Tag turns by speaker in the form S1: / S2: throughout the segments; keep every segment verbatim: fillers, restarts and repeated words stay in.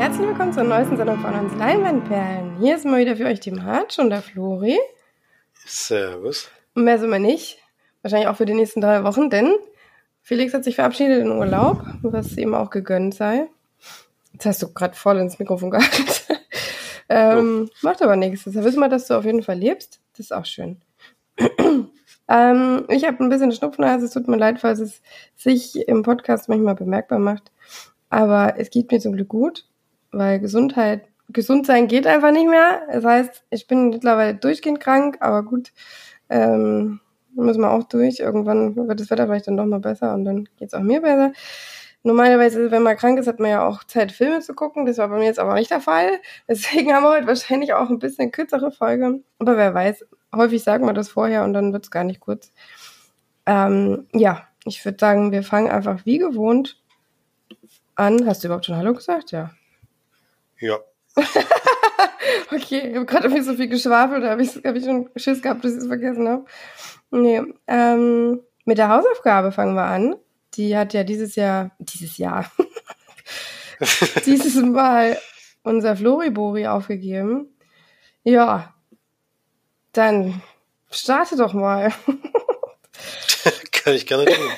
S1: Herzlich willkommen zur neuesten Sendung von uns Leinwandperlen. Hier ist mal wieder für euch die Marge und der Flori.
S2: Servus.
S1: Und mehr sind wir nicht. Wahrscheinlich auch für die nächsten drei Wochen, denn Felix hat sich verabschiedet in Urlaub, was ihm auch gegönnt sei. Jetzt hast du gerade voll ins Mikrofon gehalten. ähm, oh. Macht aber nichts. Jetzt wissen wir, dass du auf jeden Fall lebst. Das ist auch schön. ähm, ich habe ein bisschen Schnupfnase. Es tut mir leid, falls es sich im Podcast manchmal bemerkbar macht. Aber es geht mir zum Glück gut, weil Gesundheit, gesund sein geht einfach nicht mehr. Das heißt, ich bin mittlerweile durchgehend krank, aber gut, ähm, müssen wir auch durch. Irgendwann wird das Wetter vielleicht dann doch mal besser und dann geht's auch mir besser. Normalerweise, wenn man krank ist, hat man ja auch Zeit, Filme zu gucken. Das war bei mir jetzt aber nicht der Fall. Deswegen haben wir heute wahrscheinlich auch ein bisschen kürzere Folge. Aber wer weiß, häufig sagen wir das vorher und dann wird's gar nicht kurz. Ähm, ja, ich würde sagen, wir fangen einfach wie gewohnt an. Hast du überhaupt schon Hallo gesagt? Ja.
S2: Ja.
S1: Okay, ich habe gerade irgendwie so viel geschwafelt, da habe ich, hab ich schon Schiss gehabt, dass ich es vergessen habe. Nee, ähm, mit der Hausaufgabe fangen wir an. Die hat ja dieses Jahr, dieses Jahr, dieses Mal unser Floribori aufgegeben. Ja, dann starte doch mal.
S2: Kann ich gerne tun.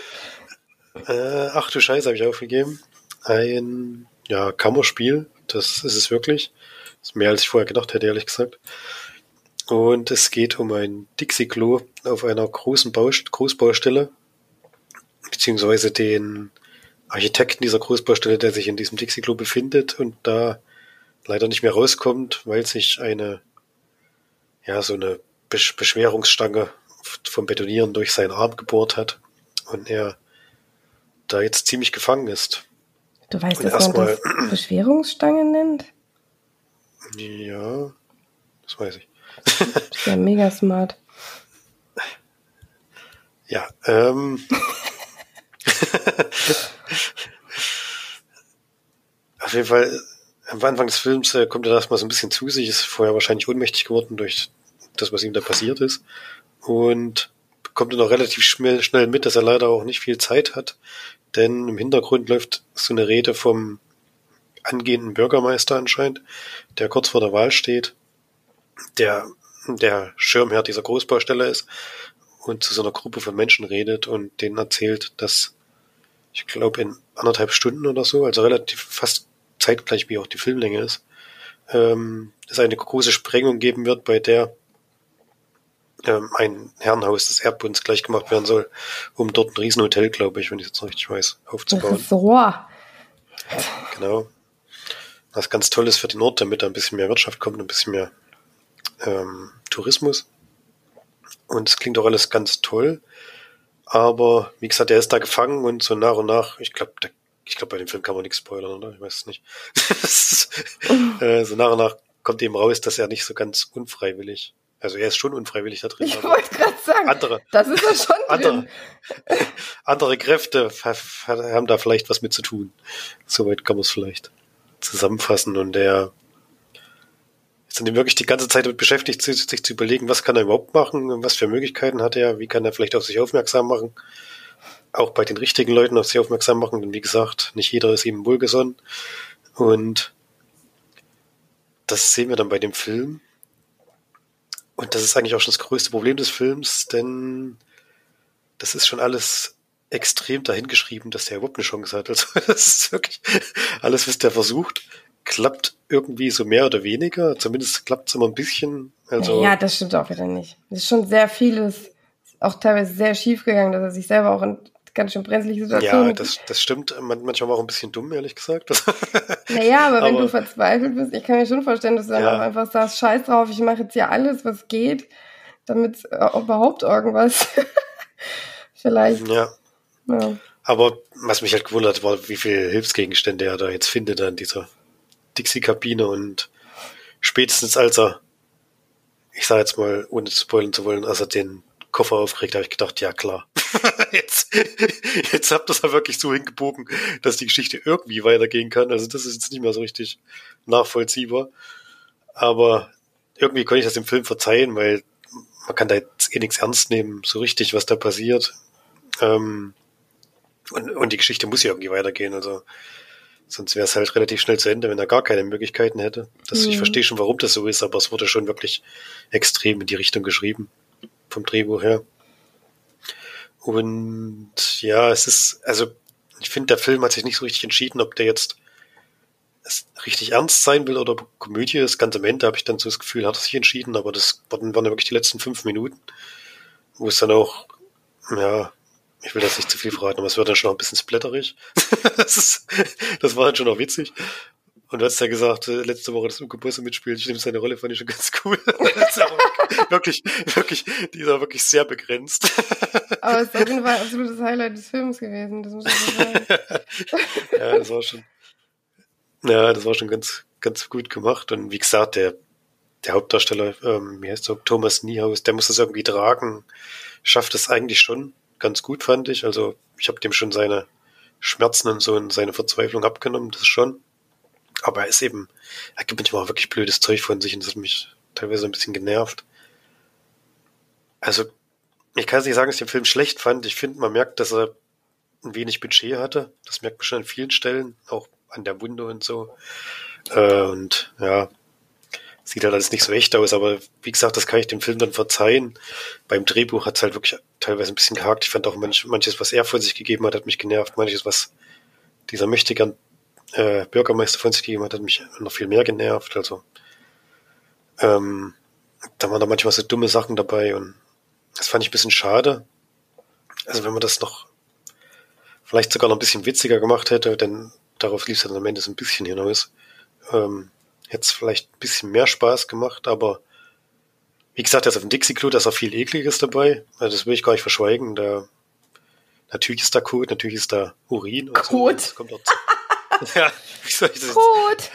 S2: äh, ach du Scheiße, habe ich aufgegeben. Ein, ja, Kammerspiel, das ist es wirklich. Das ist mehr, als ich vorher gedacht hätte, ehrlich gesagt. Und es geht um ein Dixie-Klo auf einer großen Baust- Großbaustelle, beziehungsweise den Architekten dieser Großbaustelle, der sich in diesem Dixie-Klo befindet und da leider nicht mehr rauskommt, weil sich eine, ja, so eine Besch- Beschwerungsstange vom Betonieren durch seinen Arm gebohrt hat und er da jetzt ziemlich gefangen ist.
S1: Du weißt, und dass man das Beschwerungsstange nennt?
S2: Ja, das weiß ich.
S1: Das ist ja mega smart.
S2: Ja, ähm. Auf jeden Fall, am Anfang des Films äh, kommt er erstmal so ein bisschen zu sich, ist vorher wahrscheinlich ohnmächtig geworden durch das, was ihm da passiert ist. Und bekommt dann auch relativ schnell, schnell mit, dass er leider auch nicht viel Zeit hat. Denn im Hintergrund läuft so eine Rede vom angehenden Bürgermeister anscheinend, der kurz vor der Wahl steht, der der Schirmherr dieser Großbaustelle ist und zu so einer Gruppe von Menschen redet und denen erzählt, dass, ich glaube, in anderthalb Stunden oder so, also relativ fast zeitgleich wie auch die Filmlänge ist, ähm, es eine große Sprengung geben wird, bei der ähm, ein Herrenhaus des Erdbunds gleich gemacht werden soll, um dort ein Riesenhotel, glaube ich, wenn ich es jetzt noch richtig weiß, aufzubauen.
S1: So.
S2: Genau. Was ganz toll ist für den Ort, damit da ein bisschen mehr Wirtschaft kommt, ein bisschen mehr ähm, Tourismus. Und es klingt auch alles ganz toll. Aber, wie gesagt, er ist da gefangen und so nach und nach, ich glaube, ich glaube, bei dem Film kann man nichts spoilern, oder? Ich weiß es nicht. äh, so nach und nach kommt eben raus, dass er nicht so ganz unfreiwillig, also er ist schon unfreiwillig da drin.
S1: Ich wollte gerade sagen,
S2: andere,
S1: das ist ja schon
S2: andere,
S1: drin.
S2: andere Kräfte haben da vielleicht was mit zu tun. Soweit kann man es vielleicht zusammenfassen. Und er ist dann wirklich die ganze Zeit damit beschäftigt, sich zu überlegen, was kann er überhaupt machen, was für Möglichkeiten hat er, wie kann er vielleicht auf sich aufmerksam machen, auch bei den richtigen Leuten auf sich aufmerksam machen, denn wie gesagt, nicht jeder ist ihm wohlgesonnen. Und das sehen wir dann bei dem Film. Und das ist eigentlich auch schon das größte Problem des Films, denn das ist schon alles extrem dahingeschrieben, dass der überhaupt eine Chance hat. Also das ist wirklich alles, was der versucht, klappt irgendwie so mehr oder weniger. Zumindest klappt es immer ein bisschen. Also,
S1: ja, das stimmt auch wieder nicht. Es ist schon sehr vieles, auch teilweise sehr schief gegangen, dass er sich selber auch in ganz schön brenzlige Situationen...
S2: Ja, das, das stimmt. Manchmal auch ein bisschen dumm, ehrlich gesagt.
S1: Naja, aber, aber wenn du verzweifelt bist, ich kann mir schon vorstellen, dass du dann
S2: ja.
S1: auch einfach sagst, scheiß drauf, ich mache jetzt hier alles, was geht, damit überhaupt irgendwas vielleicht...
S2: Ja.
S1: ja.
S2: Aber was mich halt gewundert hat, war, wie viele Hilfsgegenstände er da jetzt findet an dieser Dixie-Kabine und spätestens als er, ich sage jetzt mal, ohne zu spoilern zu wollen, als er den Koffer aufkriegt, habe ich gedacht, ja klar, jetzt, jetzt habt ihr es ja wirklich so hingebogen, dass die Geschichte irgendwie weitergehen kann. Also das ist jetzt nicht mehr so richtig nachvollziehbar. Aber irgendwie konnte ich das dem Film verzeihen, weil man kann da jetzt eh nichts ernst nehmen, so richtig, was da passiert. Ähm, und, und die Geschichte muss ja irgendwie weitergehen. Also Sonst wäre es halt relativ schnell zu Ende, wenn er gar keine Möglichkeiten hätte. Das, mhm. Ich verstehe schon, warum das so ist, aber es wurde schon wirklich extrem in die Richtung geschrieben, vom Drehbuch her. Und ja, es ist, also ich finde, der Film hat sich nicht so richtig entschieden, ob der jetzt richtig ernst sein will oder Komödie ist. Ganz am Ende habe ich dann so das Gefühl, hat er sich entschieden, aber das waren, waren ja wirklich die letzten fünf Minuten, wo es dann auch, ja, ich will das nicht zu viel verraten, aber es wird dann schon noch ein bisschen splatterig. das, ist, das war dann schon noch witzig. Und du hast ja gesagt, letzte Woche, dass Uke Bosse mitspielt, ich nehme seine Rolle, fand ich schon ganz cool. wirklich, wirklich, die ist auch wirklich sehr begrenzt.
S1: Aber es ist auf jeden Fall ein absolutes Highlight des Films gewesen, das muss ich so sagen.
S2: Ja, das war schon, ja, das war schon ganz, ganz gut gemacht. Und wie gesagt, der, der Hauptdarsteller, ähm, wie heißt er, Thomas Niehaus, der muss das irgendwie tragen, schafft es eigentlich schon ganz gut, fand ich. Also ich habe dem schon seine Schmerzen und so und seine Verzweiflung abgenommen, das schon. Aber er ist eben, er gibt manchmal auch wirklich blödes Zeug von sich und das hat mich teilweise ein bisschen genervt. Also ich kann jetzt nicht sagen, dass ich den Film schlecht fand. Ich finde, man merkt, dass er ein wenig Budget hatte. Das merkt man schon an vielen Stellen, auch an der Wunde und so. Äh, und ja, sieht halt alles nicht so echt aus, aber wie gesagt, das kann ich dem Film dann verzeihen. Beim Drehbuch hat es halt wirklich teilweise ein bisschen gehakt. Ich fand auch manch, manches, was er von sich gegeben hat, hat mich genervt. Manches, was dieser mächtige äh, Bürgermeister von sich gegeben hat, hat mich noch viel mehr genervt. Also ähm, da waren da manchmal so dumme Sachen dabei und das fand ich ein bisschen schade. Also wenn man das noch vielleicht sogar noch ein bisschen witziger gemacht hätte, denn darauf lief es dann am Ende so ein bisschen hinaus, ähm, hätte es vielleicht ein bisschen mehr Spaß gemacht, aber wie gesagt, jetzt auf dem Dixie-Klo, da ist auch viel Ekliges dabei. Also das will ich gar nicht verschweigen. Da, natürlich ist da Kot, natürlich ist da Urin. Und
S1: Kot?
S2: So. Das kommt auch zu. Ja, wie soll ich das
S1: Kot!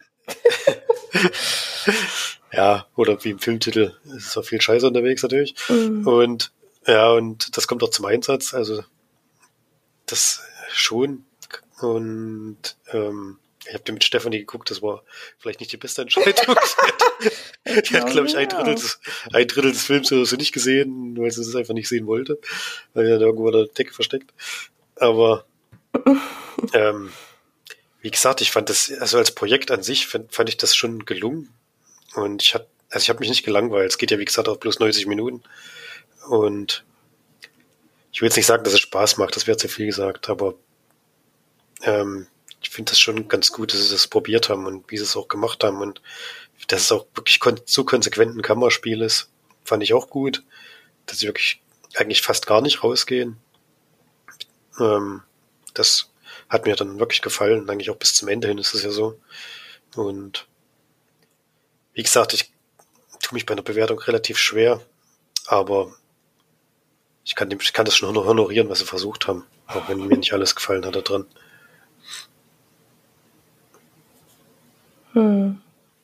S2: Ja, oder wie im Filmtitel, es ist auch viel Scheiße unterwegs natürlich. Mhm. Und ja, und das kommt auch zum Einsatz. Also das schon. Und ähm, ich habe den mit Stefanie geguckt, das war vielleicht nicht die beste Entscheidung. die hat, die hat glaube ich, ein Drittel, des, ein Drittel des Films oder so nicht gesehen, weil sie es einfach nicht sehen wollte, weil er da irgendwo in der Decke versteckt. Aber ähm, wie gesagt, ich fand das, also als Projekt an sich fand, fand ich das schon gelungen. Und ich hatte, also ich habe mich nicht gelangweilt. Es geht ja, wie gesagt, auch bloß neunzig Minuten. Und ich will jetzt nicht sagen, dass es Spaß macht, das wäre zu viel gesagt, aber ähm, ich finde das schon ganz gut, dass sie das probiert haben und wie sie es auch gemacht haben und dass es auch wirklich kon- so konsequent ein Kammerspiel ist, fand ich auch gut, dass sie wirklich eigentlich fast gar nicht rausgehen. Ähm, das hat mir dann wirklich gefallen, eigentlich auch bis zum Ende hin ist es ja so. Und wie gesagt, ich tue mich bei einer Bewertung relativ schwer, aber ich kann, dem, ich kann das schon honorieren, was sie versucht haben, auch wenn mir nicht alles gefallen hat da dran.
S1: Hm.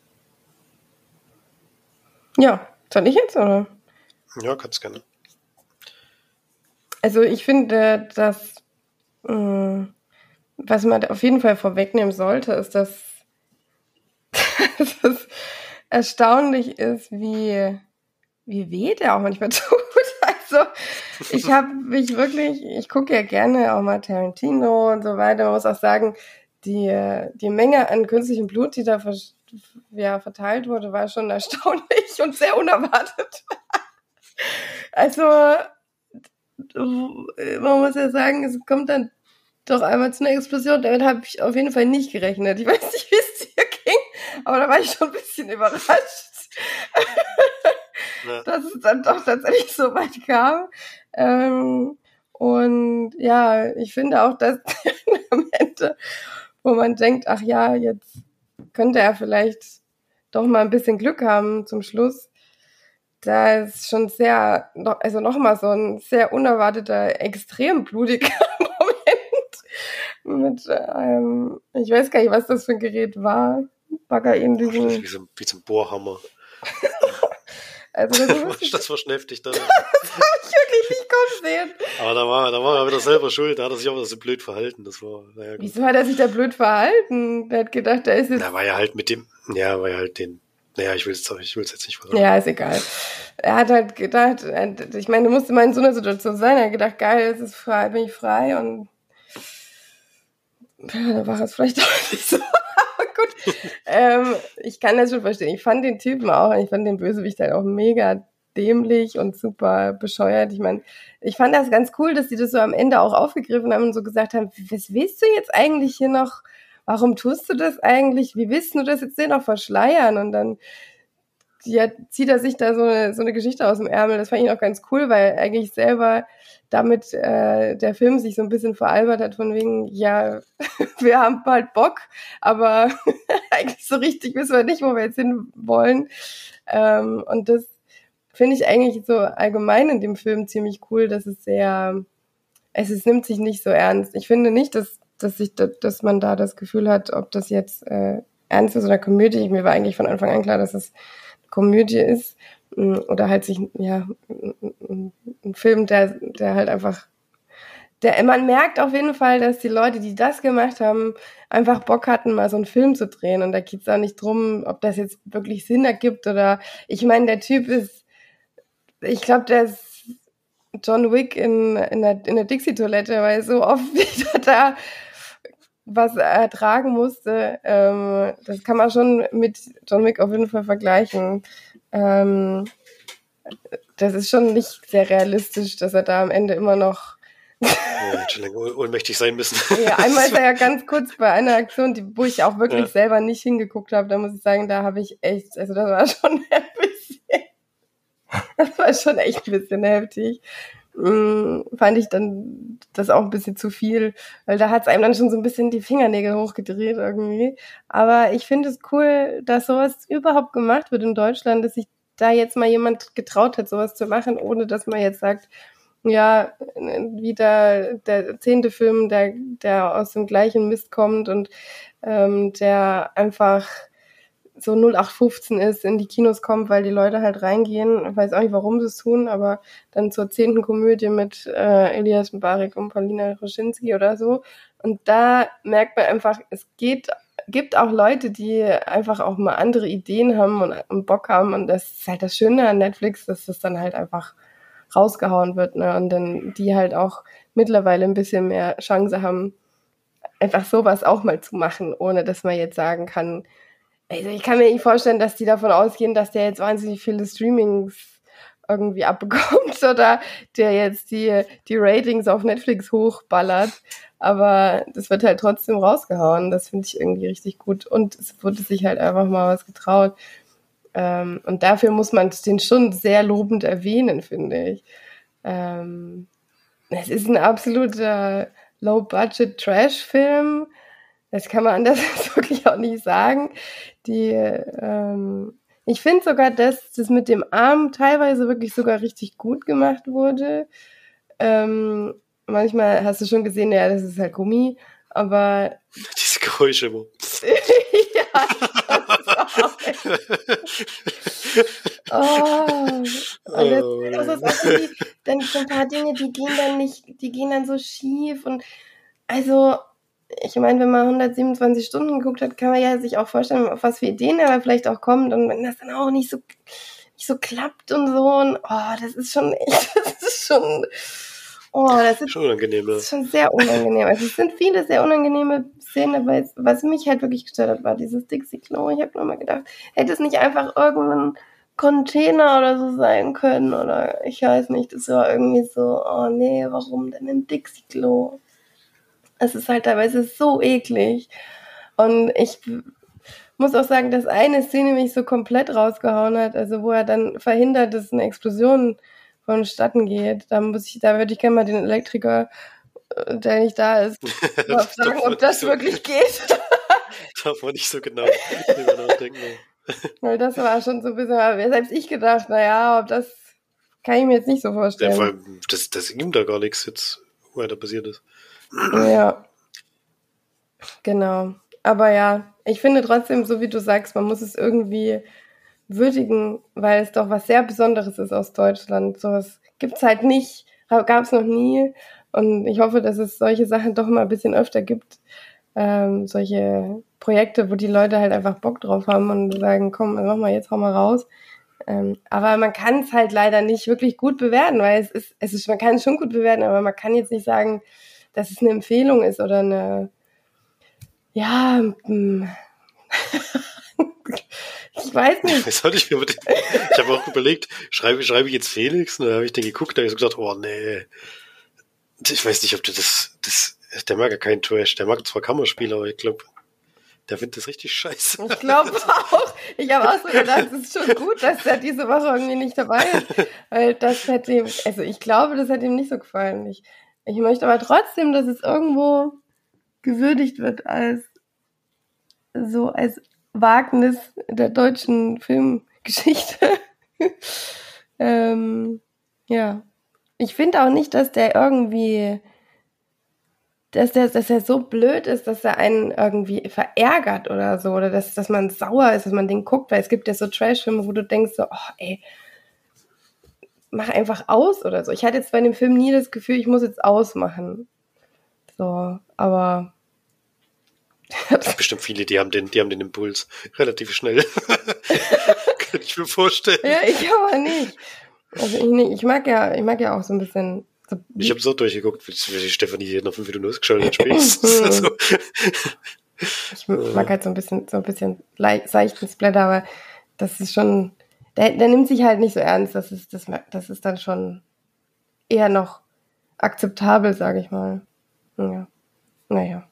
S1: Ja, soll ich jetzt, oder?
S2: Ja, ganz gerne.
S1: Also ich finde, dass mh, was man auf jeden Fall vorwegnehmen sollte, ist, dass, dass es erstaunlich ist, wie, wie weh der auch manchmal tut. Also ich habe mich wirklich, ich gucke ja gerne auch mal Tarantino und so weiter. Man muss auch sagen, die, die Menge an künstlichem Blut, die da ver, ja, verteilt wurde, war schon erstaunlich und sehr unerwartet. Also man muss ja sagen, es kommt dann doch einmal zu einer Explosion. Damit habe ich auf jeden Fall nicht gerechnet. Ich weiß nicht, wie es dir ging, aber da war ich schon ein bisschen überrascht, ja. dass es dann doch tatsächlich so weit kam. Ähm, und ja, ich finde auch, dass am Ende, wo man denkt, ach ja, jetzt könnte er vielleicht doch mal ein bisschen Glück haben zum Schluss, da ist schon sehr, also nochmal so ein sehr unerwarteter, extrem blutiger Moment mit einem, ähm, ich weiß gar nicht, was das für ein Gerät war. Bagger in diesen...
S2: Wie so, wie so ein Bohrhammer.
S1: Also das,
S2: das war schon heftig. Dann.
S1: Das habe ich wirklich nicht kommen sehen.
S2: Aber da war, da war er wieder selber schuld, da hat er sich auch so blöd verhalten. Das war, naja, gut.
S1: Wieso hat er sich da blöd verhalten? Der hat gedacht, der ist jetzt...
S2: Na, war ja halt mit dem, ja, war ja halt den, naja, ich will es ich will's jetzt nicht verraten.
S1: Ja, ist egal. Er hat halt gedacht, ich meine, du musst immer in so einer Situation sein, er hat gedacht, geil, jetzt ist frei, bin ich frei und Ja, da war es vielleicht auch nicht so. Aber gut. ähm, ich kann das schon verstehen. Ich fand den Typen auch, ich fand den Bösewicht halt auch mega dämlich und super bescheuert. Ich meine, ich fand das ganz cool, dass die das so am Ende auch aufgegriffen haben und so gesagt haben, was willst du jetzt eigentlich hier noch? Warum tust du das eigentlich? Wie willst du das jetzt hier noch verschleiern? Und dann ja, zieht er sich da so eine, so eine Geschichte aus dem Ärmel. Das fand ich auch ganz cool, weil eigentlich selber damit äh, der Film sich so ein bisschen veralbert hat von wegen, ja, wir haben halt Bock, aber eigentlich so richtig wissen wir nicht, wo wir jetzt hin wollen. Ähm, und das finde ich eigentlich so allgemein in dem Film ziemlich cool, dass es sehr, es, es nimmt sich nicht so ernst. Ich finde nicht, dass, dass, sich, dass man da das Gefühl hat, ob das jetzt äh, ernst ist oder Komödie. Mir war eigentlich von Anfang an klar, dass es Komödie ist oder halt sich, ja, ein Film, der, der halt einfach, der, man merkt auf jeden Fall, dass die Leute, die das gemacht haben, einfach Bock hatten, mal so einen Film zu drehen und da geht's auch nicht drum, ob das jetzt wirklich Sinn ergibt oder, ich meine, der Typ ist, ich glaube, der ist John Wick in, in der, in der Dixie-Toilette, weil so oft wieder da was ertragen musste, ähm, das kann man schon mit John Wick auf jeden Fall vergleichen. Ähm, das ist schon nicht sehr realistisch, dass er da am Ende immer noch
S2: ja, schon länger ohnmächtig sein müssen.
S1: Ja, einmal ist er ja ganz kurz bei einer Aktion, die, wo ich auch wirklich ja. selber nicht hingeguckt habe, da muss ich sagen, da habe ich echt, also das war schon ein bisschen, das war schon echt ein bisschen heftig. Mm, fand ich dann das auch ein bisschen zu viel, weil da hat es einem dann schon so ein bisschen die Fingernägel hochgedreht irgendwie. Aber ich finde es cool, dass sowas überhaupt gemacht wird in Deutschland, dass sich da jetzt mal jemand getraut hat, sowas zu machen, ohne dass man jetzt sagt, ja, wieder der zehnte Film, der, der aus dem gleichen Mist kommt und ähm, der einfach so null acht fünfzehn ist, in die Kinos kommt, weil die Leute halt reingehen. Ich weiß auch nicht, warum sie es tun, aber dann zur zehnten Komödie mit äh, Elias Mbarek und Paulina Roschinski oder so. Und da merkt man einfach, es geht, gibt auch Leute, die einfach auch mal andere Ideen haben und, und Bock haben. Und das ist halt das Schöne an Netflix, dass das dann halt einfach rausgehauen wird, ne? Und dann die halt auch mittlerweile ein bisschen mehr Chance haben, einfach sowas auch mal zu machen, ohne dass man jetzt sagen kann, also ich kann mir nicht vorstellen, dass die davon ausgehen, dass der jetzt wahnsinnig viele Streamings irgendwie abbekommt oder der jetzt die, die Ratings auf Netflix hochballert. Aber das wird halt trotzdem rausgehauen. Das finde ich irgendwie richtig gut. Und es wurde sich halt einfach mal was getraut. Ähm, und dafür muss man den schon sehr lobend erwähnen, finde ich. Ähm, es ist ein absoluter Low-Budget-Trash-Film. Das kann man anders wirklich auch nicht sagen. Die, ähm, ich finde sogar, dass das mit dem Arm teilweise wirklich sogar richtig gut gemacht wurde. Ähm, manchmal hast du schon gesehen, ja, das ist halt Gummi, aber
S2: diese Geräusche immer.
S1: ja, oh. Und das, oh, das ist auch die, dann so ein paar Dinge, die gehen dann nicht, die gehen dann so schief und also ich meine, wenn man hundertsiebenundzwanzig Stunden geguckt hat, kann man ja sich auch vorstellen, auf was für Ideen er vielleicht auch kommt und wenn das dann auch nicht so nicht so klappt und so und oh, das ist schon echt, das ist schon oh, das ist
S2: schon unangenehm,
S1: das ist schon sehr unangenehm. Also es sind viele sehr unangenehme Szenen, aber jetzt, was mich halt wirklich gestört hat, war dieses Dixie-Klo. Ich habe nur mal gedacht, hätte es nicht einfach irgendein Container oder so sein können oder ich weiß nicht, das war irgendwie so, oh nee, warum denn ein Dixie-Klo? Es ist halt teilweise so eklig. Und ich muss auch sagen, dass eine Szene mich so komplett rausgehauen hat, also wo er dann verhindert, dass eine Explosion vonstatten geht. Da muss ich, da würde ich gerne mal den Elektriker, der nicht da ist, mal fragen, ob das so wirklich geht.
S2: Darf man nicht so genau drüber nachdenken.
S1: Weil das war schon so ein bisschen, selbst ich gedacht, naja, ob das kann ich mir jetzt nicht so vorstellen.
S2: Ja, vor allem, dass, dass ihm da gar nichts jetzt weiter passiert ist.
S1: Ja, genau. Aber ja, ich finde trotzdem, so wie du sagst, man muss es irgendwie würdigen, weil es doch was sehr Besonderes ist aus Deutschland. Sowas gibt's halt nicht, gab es noch nie. Und ich hoffe, dass es solche Sachen doch mal ein bisschen öfter gibt. Ähm, solche Projekte, wo die Leute halt einfach Bock drauf haben und sagen, komm, mach mal jetzt, hau mal raus. Ähm, aber man kann es halt leider nicht wirklich gut bewerten, weil es ist, es ist, man kann es schon gut bewerten, aber man kann jetzt nicht sagen, dass es eine Empfehlung ist oder eine, Ja, hm. Ich weiß nicht.
S2: Ich, weiß nicht mehr, ich habe auch überlegt, schreibe, schreibe ich jetzt Felix? Und dann habe ich dann geguckt, da habe ich so gesagt, oh nee. Ich weiß nicht, ob du das, das, der mag ja keinen Trash, der mag zwar Kammerspiele, aber ich glaube, der findet das richtig scheiße.
S1: Ich glaube auch. Ich habe auch so gedacht, es ist schon gut, dass der diese Woche irgendwie nicht dabei ist. Weil das hätte ihm, also ich glaube, das hätte ihm nicht so gefallen. Ich, ich möchte aber trotzdem, dass es irgendwo gewürdigt wird als so als Wagnis der deutschen Filmgeschichte. ähm, ja. Ich finde auch nicht, dass der irgendwie, dass der, dass er so blöd ist, dass er einen irgendwie verärgert oder so, oder dass, dass man sauer ist, dass man den guckt, weil es gibt ja so Trash-Filme, wo du denkst so, oh ey, mach einfach aus oder so. Ich hatte jetzt bei dem Film nie das Gefühl, ich muss jetzt ausmachen. So, aber
S2: Es gibt bestimmt viele, die haben den, die haben den Impuls relativ schnell. Kann ich mir vorstellen.
S1: Ja, ich aber nicht. Also ich nicht. Ich mag ja, ich mag ja auch so ein bisschen. So
S2: ich habe so durchgeguckt, wie die Stefanie noch fünf Minuten ausgeschaltet hat spätestens. Also.
S1: Ich mag halt so ein bisschen, so ein bisschen leicht, seichten Splatter, aber das ist schon, der, der nimmt sich halt nicht so ernst. Das ist, das, das ist dann schon eher noch akzeptabel, sage ich mal. Ja. Naja.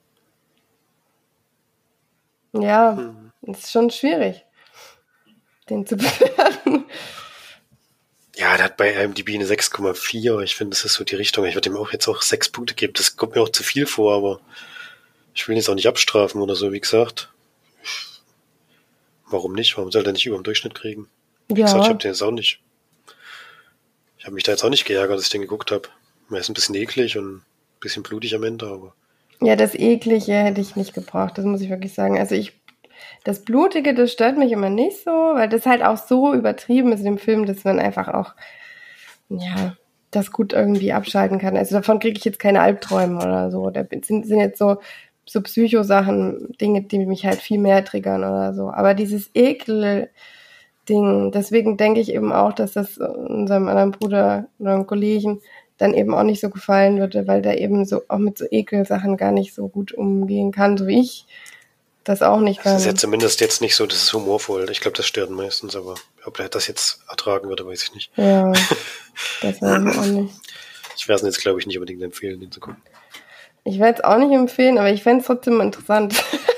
S1: Ja, hm. Ist schon schwierig, den zu bewerten.
S2: Ja, der hat bei I M D B eine sechs Komma vier. Ich finde, das ist so die Richtung. Ich würde ihm auch jetzt auch sechs Punkte geben. Das kommt mir auch zu viel vor, aber ich will ihn jetzt auch nicht abstrafen oder so, wie gesagt. Warum nicht? Warum soll er nicht über den Durchschnitt kriegen? Wie
S1: ja.
S2: gesagt, ich habe den jetzt auch nicht. Ich habe mich da jetzt auch nicht geärgert, dass ich den geguckt habe. Er ist ein bisschen eklig und ein bisschen blutig am Ende, aber.
S1: Ja, das Eklige hätte ich nicht gebraucht, das muss ich wirklich sagen. Also ich, das Blutige, das stört mich immer nicht so, weil das halt auch so übertrieben ist in dem Film, dass man einfach auch, ja, das gut irgendwie abschalten kann. Also davon kriege ich jetzt keine Albträume oder so. Da sind, sind jetzt so, so Psychosachen, Dinge, die mich halt viel mehr triggern oder so. Aber dieses Ekel-Ding, deswegen denke ich eben auch, dass das unserem anderen Bruder oder einem Kollegen dann eben auch nicht so gefallen würde, weil der eben so auch mit so Ekelsachen gar nicht so gut umgehen kann, so wie ich das auch nicht kann.
S2: Das ist ja zumindest jetzt nicht so, das ist humorvoll. Ich glaube, das stört meistens, aber ob er das jetzt ertragen würde, weiß ich nicht.
S1: Ja, das weiß ich auch nicht.
S2: Ich werde es jetzt, glaube ich, nicht unbedingt empfehlen, den zu gucken. Ich
S1: werde es auch nicht empfehlen, aber ich fände es trotzdem interessant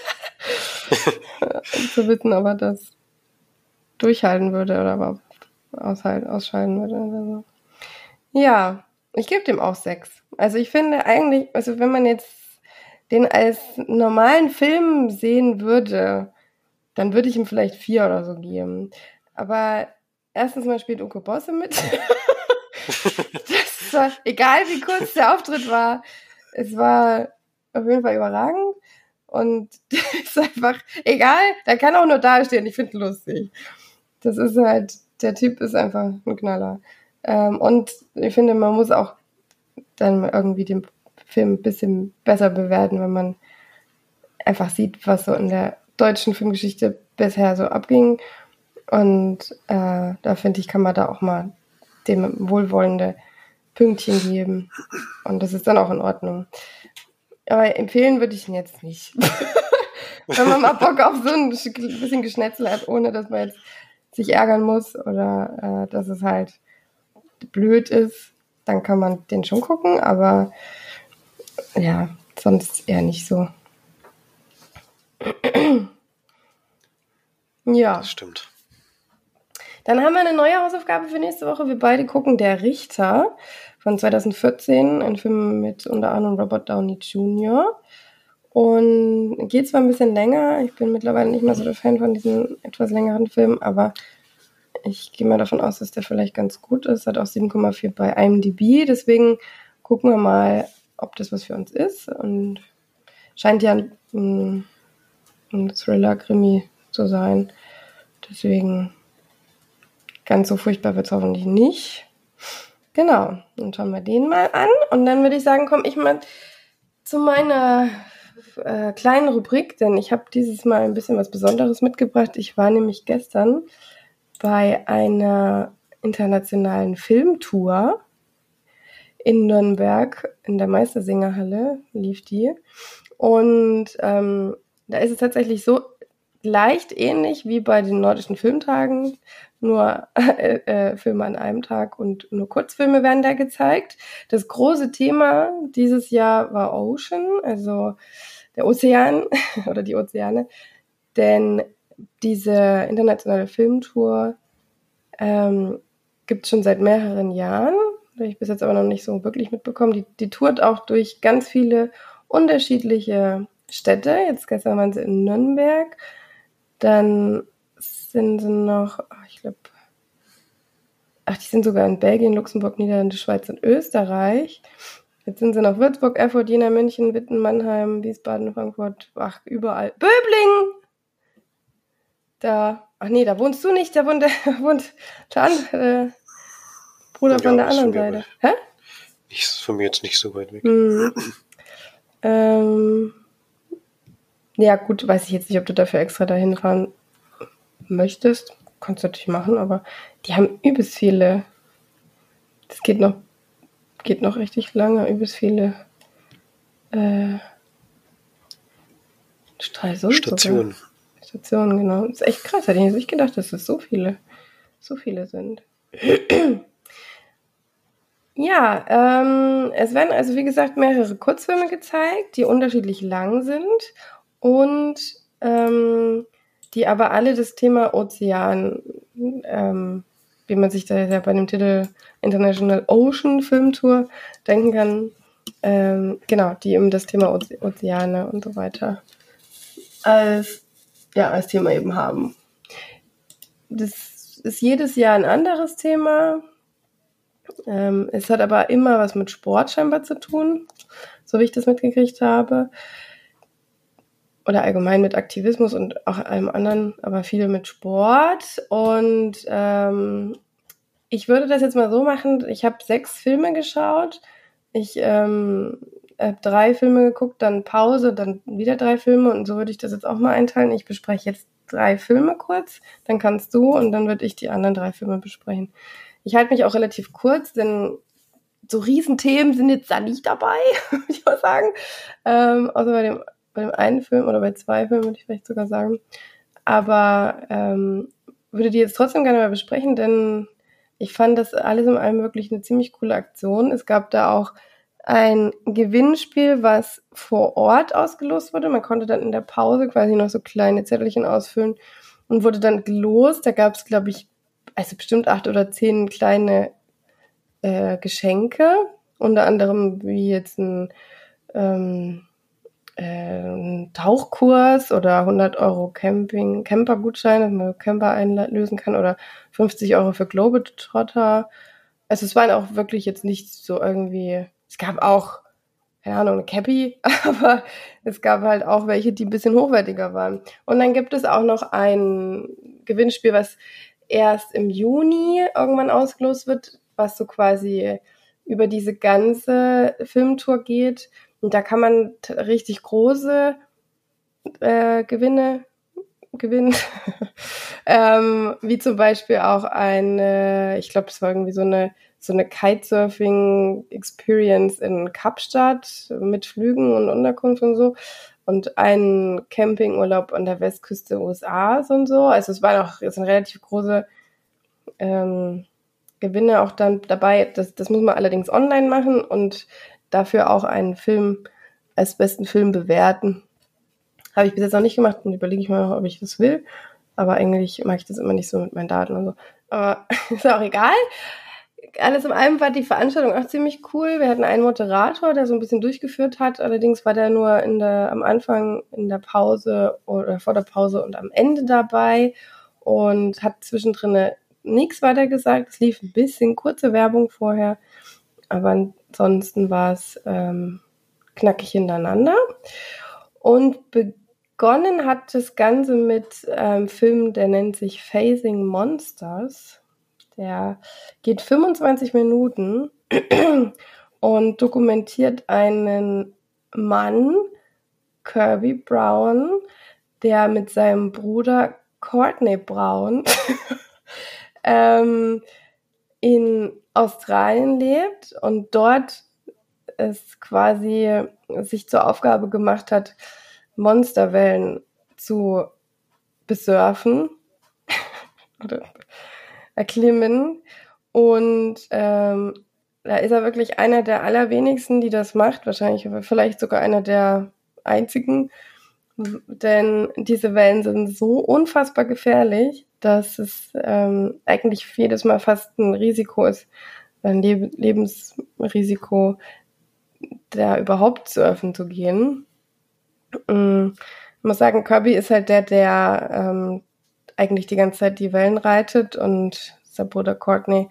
S1: zu wissen, ob er das durchhalten würde oder überhaupt aushalten, ausschalten würde oder so. Ja, ich gebe dem auch sechs. Also ich finde eigentlich, also wenn man jetzt den als normalen Film sehen würde, dann würde ich ihm vielleicht vier oder so geben. Aber erstens mal spielt Uke Bosse mit. Das war, egal wie kurz der Auftritt war, es war auf jeden Fall überragend. Und das ist einfach, egal, der kann auch nur da stehen, ich finde lustig. Das ist halt, der Typ ist einfach ein Knaller. Ähm, und ich finde, man muss auch dann irgendwie den Film ein bisschen besser bewerten, wenn man einfach sieht, was so in der deutschen Filmgeschichte bisher so abging. Und äh, da finde ich, kann man da auch mal dem wohlwollende Pünktchen geben. Und das ist dann auch in Ordnung. Aber empfehlen würde ich ihn jetzt nicht. Wenn man mal Bock auf so ein bisschen Geschnetzel hat, ohne dass man jetzt sich ärgern muss oder äh, dass es halt blöd ist, dann kann man den schon gucken, aber ja, sonst eher nicht so. Ja.
S2: Das stimmt.
S1: Dann haben wir eine neue Hausaufgabe für nächste Woche. Wir beide gucken Der Richter von zwanzig vierzehn, ein Film mit unter anderem Robert Downey Junior Und geht zwar ein bisschen länger, ich bin mittlerweile nicht mehr so der Fan von diesen etwas längeren Filmen, aber ich gehe mal davon aus, dass der vielleicht ganz gut ist. Hat auch sieben Komma vier bei I M D B. Deswegen gucken wir mal, ob das was für uns ist. Und scheint ja ein, ein Thriller-Krimi zu sein. Deswegen ganz so furchtbar wird es hoffentlich nicht. Genau, dann schauen wir den mal an. Und dann würde ich sagen, komme ich mal zu meiner äh, kleinen Rubrik, denn ich habe dieses Mal ein bisschen was Besonderes mitgebracht. Ich war nämlich gestern bei einer internationalen Filmtour in Nürnberg, in der Meistersingerhalle lief die. Und ähm, Da ist es tatsächlich so leicht ähnlich wie bei den nordischen Filmtagen, nur äh, äh, Filme an einem Tag und nur Kurzfilme werden da gezeigt. Das große Thema dieses Jahr war Ocean, also der Ozean oder die Ozeane, denn diese internationale Filmtour ähm, gibt es schon seit mehreren Jahren. Habe ich bis jetzt aber noch nicht so wirklich mitbekommen. Die, die tourt auch durch ganz viele unterschiedliche Städte. Jetzt gestern waren sie in Nürnberg. Dann sind sie noch, ach, ich glaube, ach, die sind sogar in Belgien, Luxemburg, Niederlande, Schweiz und Österreich. Jetzt sind sie noch Würzburg, Erfurt, Jena, München, Witten, Mannheim, Wiesbaden, Frankfurt, ach, überall. Böblingen! Da, ach nee, da wohnst du nicht, da wohnt der, wohnt der andere Bruder ja, von der anderen Seite. Hä?
S2: Ist von mir jetzt nicht so weit weg.
S1: Hm. ähm, ja, gut, weiß ich jetzt nicht, ob du dafür extra dahin fahren möchtest. Kannst du natürlich machen, aber die haben übelst viele. Das geht noch, geht noch richtig lange, übelst viele äh, Stralsund
S2: Stationen.
S1: Sogar. Stationen, genau. Das ist echt krass, hätte ich jetzt nicht gedacht, dass es so viele, so viele sind. Ja, ähm, es werden also wie gesagt mehrere Kurzfilme gezeigt, die unterschiedlich lang sind und ähm, die aber alle das Thema Ozean, ähm, wie man sich da ja bei dem Titel International Ocean Film Tour denken kann, ähm, genau, die eben das Thema Oze- Ozeane und so weiter als, ja, als Thema eben haben. Das ist jedes Jahr ein anderes Thema. Ähm, es hat aber immer was mit Sport scheinbar zu tun, so wie ich das mitgekriegt habe. Oder allgemein mit Aktivismus und auch allem anderen, aber viel mit Sport. Und ähm, ich würde das jetzt mal so machen, ich habe sechs Filme geschaut. Ich ähm, habe drei Filme geguckt, dann Pause, dann wieder drei Filme und so würde ich das jetzt auch mal einteilen. Ich bespreche jetzt drei Filme kurz, dann kannst du und dann würde ich die anderen drei Filme besprechen. Ich halte mich auch relativ kurz, denn so Riesenthemen sind jetzt da nicht dabei, würde ich mal sagen. Ähm, außer bei dem, bei dem einen Film oder bei zwei Filmen, würde ich vielleicht sogar sagen. Aber ähm, würde die jetzt trotzdem gerne mal besprechen, denn ich fand das alles in allem wirklich eine ziemlich coole Aktion. Es gab da auch ein Gewinnspiel, was vor Ort ausgelost wurde. Man konnte dann in der Pause quasi noch so kleine Zettelchen ausfüllen und wurde dann gelost. Da gab es, glaube ich, also bestimmt acht oder zehn kleine äh, Geschenke, unter anderem wie jetzt ein, ähm, äh, ein Tauchkurs oder hundert Euro Camping, Campergutschein, dass man Camper einlösen kann oder fünfzig Euro für Globetrotter. Also es waren auch wirklich jetzt nicht so irgendwie, es gab auch, keine Ahnung, eine Cappy, aber es gab halt auch welche, die ein bisschen hochwertiger waren. Und dann gibt es auch noch ein Gewinnspiel, was erst im Juni irgendwann ausgelost wird, was so quasi über diese ganze Filmtour geht. Und da kann man t- richtig große äh, Gewinne gewinnen. ähm, wie zum Beispiel auch eine, ich glaube, es war irgendwie so eine so eine Kitesurfing-Experience in Kapstadt mit Flügen und Unterkunft und so. Und einen Campingurlaub an der Westküste U S As und so. Also es waren auch, es sind relativ große ähm, Gewinne auch dann dabei. Das, das muss man allerdings online machen und dafür auch einen Film als besten Film bewerten. Habe ich bis jetzt noch nicht gemacht und überlege ich mal noch, ob ich das will. Aber eigentlich mache ich das immer nicht so mit meinen Daten und so. Aber ist auch egal. Alles in allem war die Veranstaltung auch ziemlich cool. Wir hatten einen Moderator, der so ein bisschen durchgeführt hat. Allerdings war der nur in der, am Anfang, in der Pause oder vor der Pause und am Ende dabei und hat zwischendrin nichts weiter gesagt. Es lief ein bisschen kurze Werbung vorher, aber ansonsten war es ähm, knackig hintereinander. Und begonnen hat das Ganze mit einem Film, der nennt sich Facing Monsters. Der geht fünfundzwanzig Minuten und dokumentiert einen Mann, Kirby Brown, der mit seinem Bruder Courtney Brown ähm, in Australien lebt und dort es quasi sich zur Aufgabe gemacht hat, Monsterwellen zu besurfen oder erklimmen. Und ähm, da ist er wirklich einer der allerwenigsten, die das macht, wahrscheinlich aber vielleicht sogar einer der einzigen, denn diese Wellen sind so unfassbar gefährlich, dass es ähm, eigentlich jedes Mal fast ein Risiko ist, ein Leb- Lebensrisiko, da überhaupt surfen zu gehen. Ähm, ich muss sagen, Kirby ist halt der, der ähm, eigentlich die ganze Zeit die Wellen reitet und sein Bruder Courtney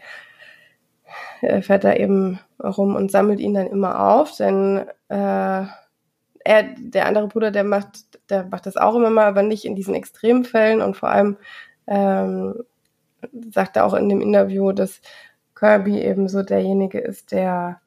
S1: äh, fährt da eben rum und sammelt ihn dann immer auf, denn äh, er, der andere Bruder, der macht, der macht das auch immer mal, aber nicht in diesen Extremfällen und vor allem ähm, sagt er auch in dem Interview, dass Kirby eben so derjenige ist, der,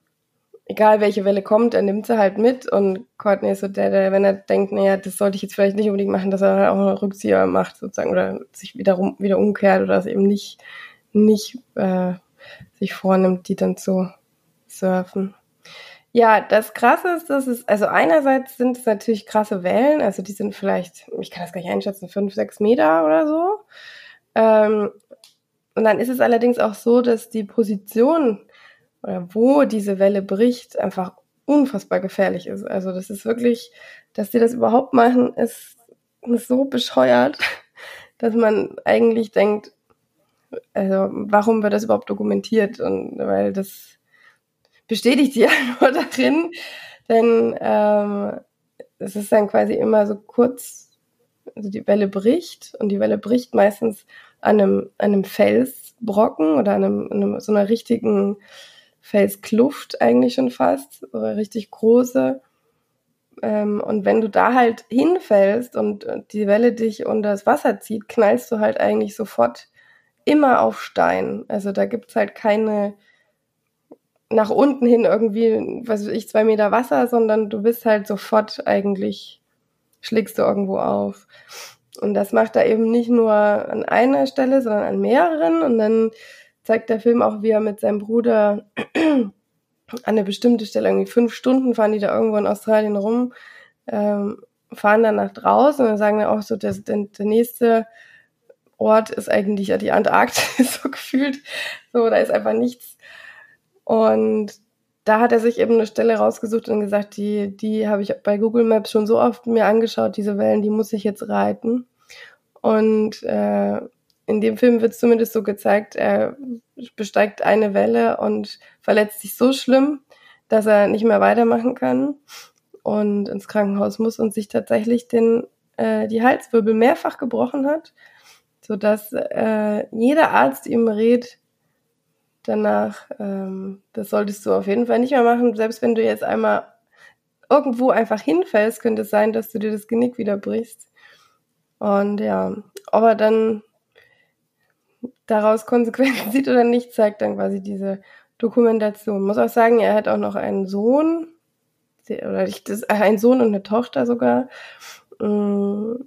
S1: egal welche Welle kommt, er nimmt sie halt mit und Courtney ist so der, der, wenn er denkt, naja, das sollte ich jetzt vielleicht nicht unbedingt machen, dass er halt auch einen Rückzieher macht sozusagen oder sich wieder, rum, wieder umkehrt oder es eben nicht, nicht äh, sich vornimmt, die dann zu surfen. Ja, das Krasse ist, dass es, also einerseits sind es natürlich krasse Wellen, also die sind vielleicht, ich kann das gar nicht einschätzen, fünf, sechs Meter oder so. Ähm, und dann ist es allerdings auch so, dass die Position oder wo diese Welle bricht, einfach unfassbar gefährlich ist. Also das ist wirklich, dass die das überhaupt machen, ist, ist so bescheuert, dass man eigentlich denkt, also warum wird das überhaupt dokumentiert? Und weil das bestätigt sie ja nur darin, denn ähm, es ist dann quasi immer so kurz, also die Welle bricht und die Welle bricht meistens an einem, an einem Felsbrocken oder an einem, an einem, so einer richtigen Felskluft eigentlich schon fast, oder richtig große. Ähm, und wenn du da halt hinfällst und die Welle dich unter das Wasser zieht, knallst du halt eigentlich sofort immer auf Stein. Also da gibt's halt keine nach unten hin irgendwie, was weiß ich, zwei Meter Wasser, sondern du bist halt sofort eigentlich, schlägst du irgendwo auf. Und das macht er eben nicht nur an einer Stelle, sondern an mehreren. Und dann zeigt der Film auch, wie er mit seinem Bruder an eine bestimmte Stelle, irgendwie fünf Stunden fahren die da irgendwo in Australien rum, ähm, fahren dann nach draußen und dann sagen dann auch so, der, der, der nächste Ort ist eigentlich ja die Antarktis, so gefühlt. So, da ist einfach nichts. Und da hat er sich eben eine Stelle rausgesucht und gesagt, die, die habe ich bei Google Maps schon so oft mir angeschaut, diese Wellen, die muss ich jetzt reiten. Und äh, in dem Film wird es zumindest so gezeigt, er besteigt eine Welle und verletzt sich so schlimm, dass er nicht mehr weitermachen kann und ins Krankenhaus muss und sich tatsächlich den, äh, die Halswirbel mehrfach gebrochen hat, sodass äh, jeder Arzt ihm rät, danach, ähm, das solltest du auf jeden Fall nicht mehr machen. Selbst wenn du jetzt einmal irgendwo einfach hinfällst, könnte es sein, dass du dir das Genick wieder brichst. Und ja, ob er dann daraus Konsequenzen sieht oder nicht, zeigt dann quasi diese Dokumentation. Muss auch sagen, er hat auch noch einen Sohn, oder ich, das, einen Sohn und eine Tochter sogar. Und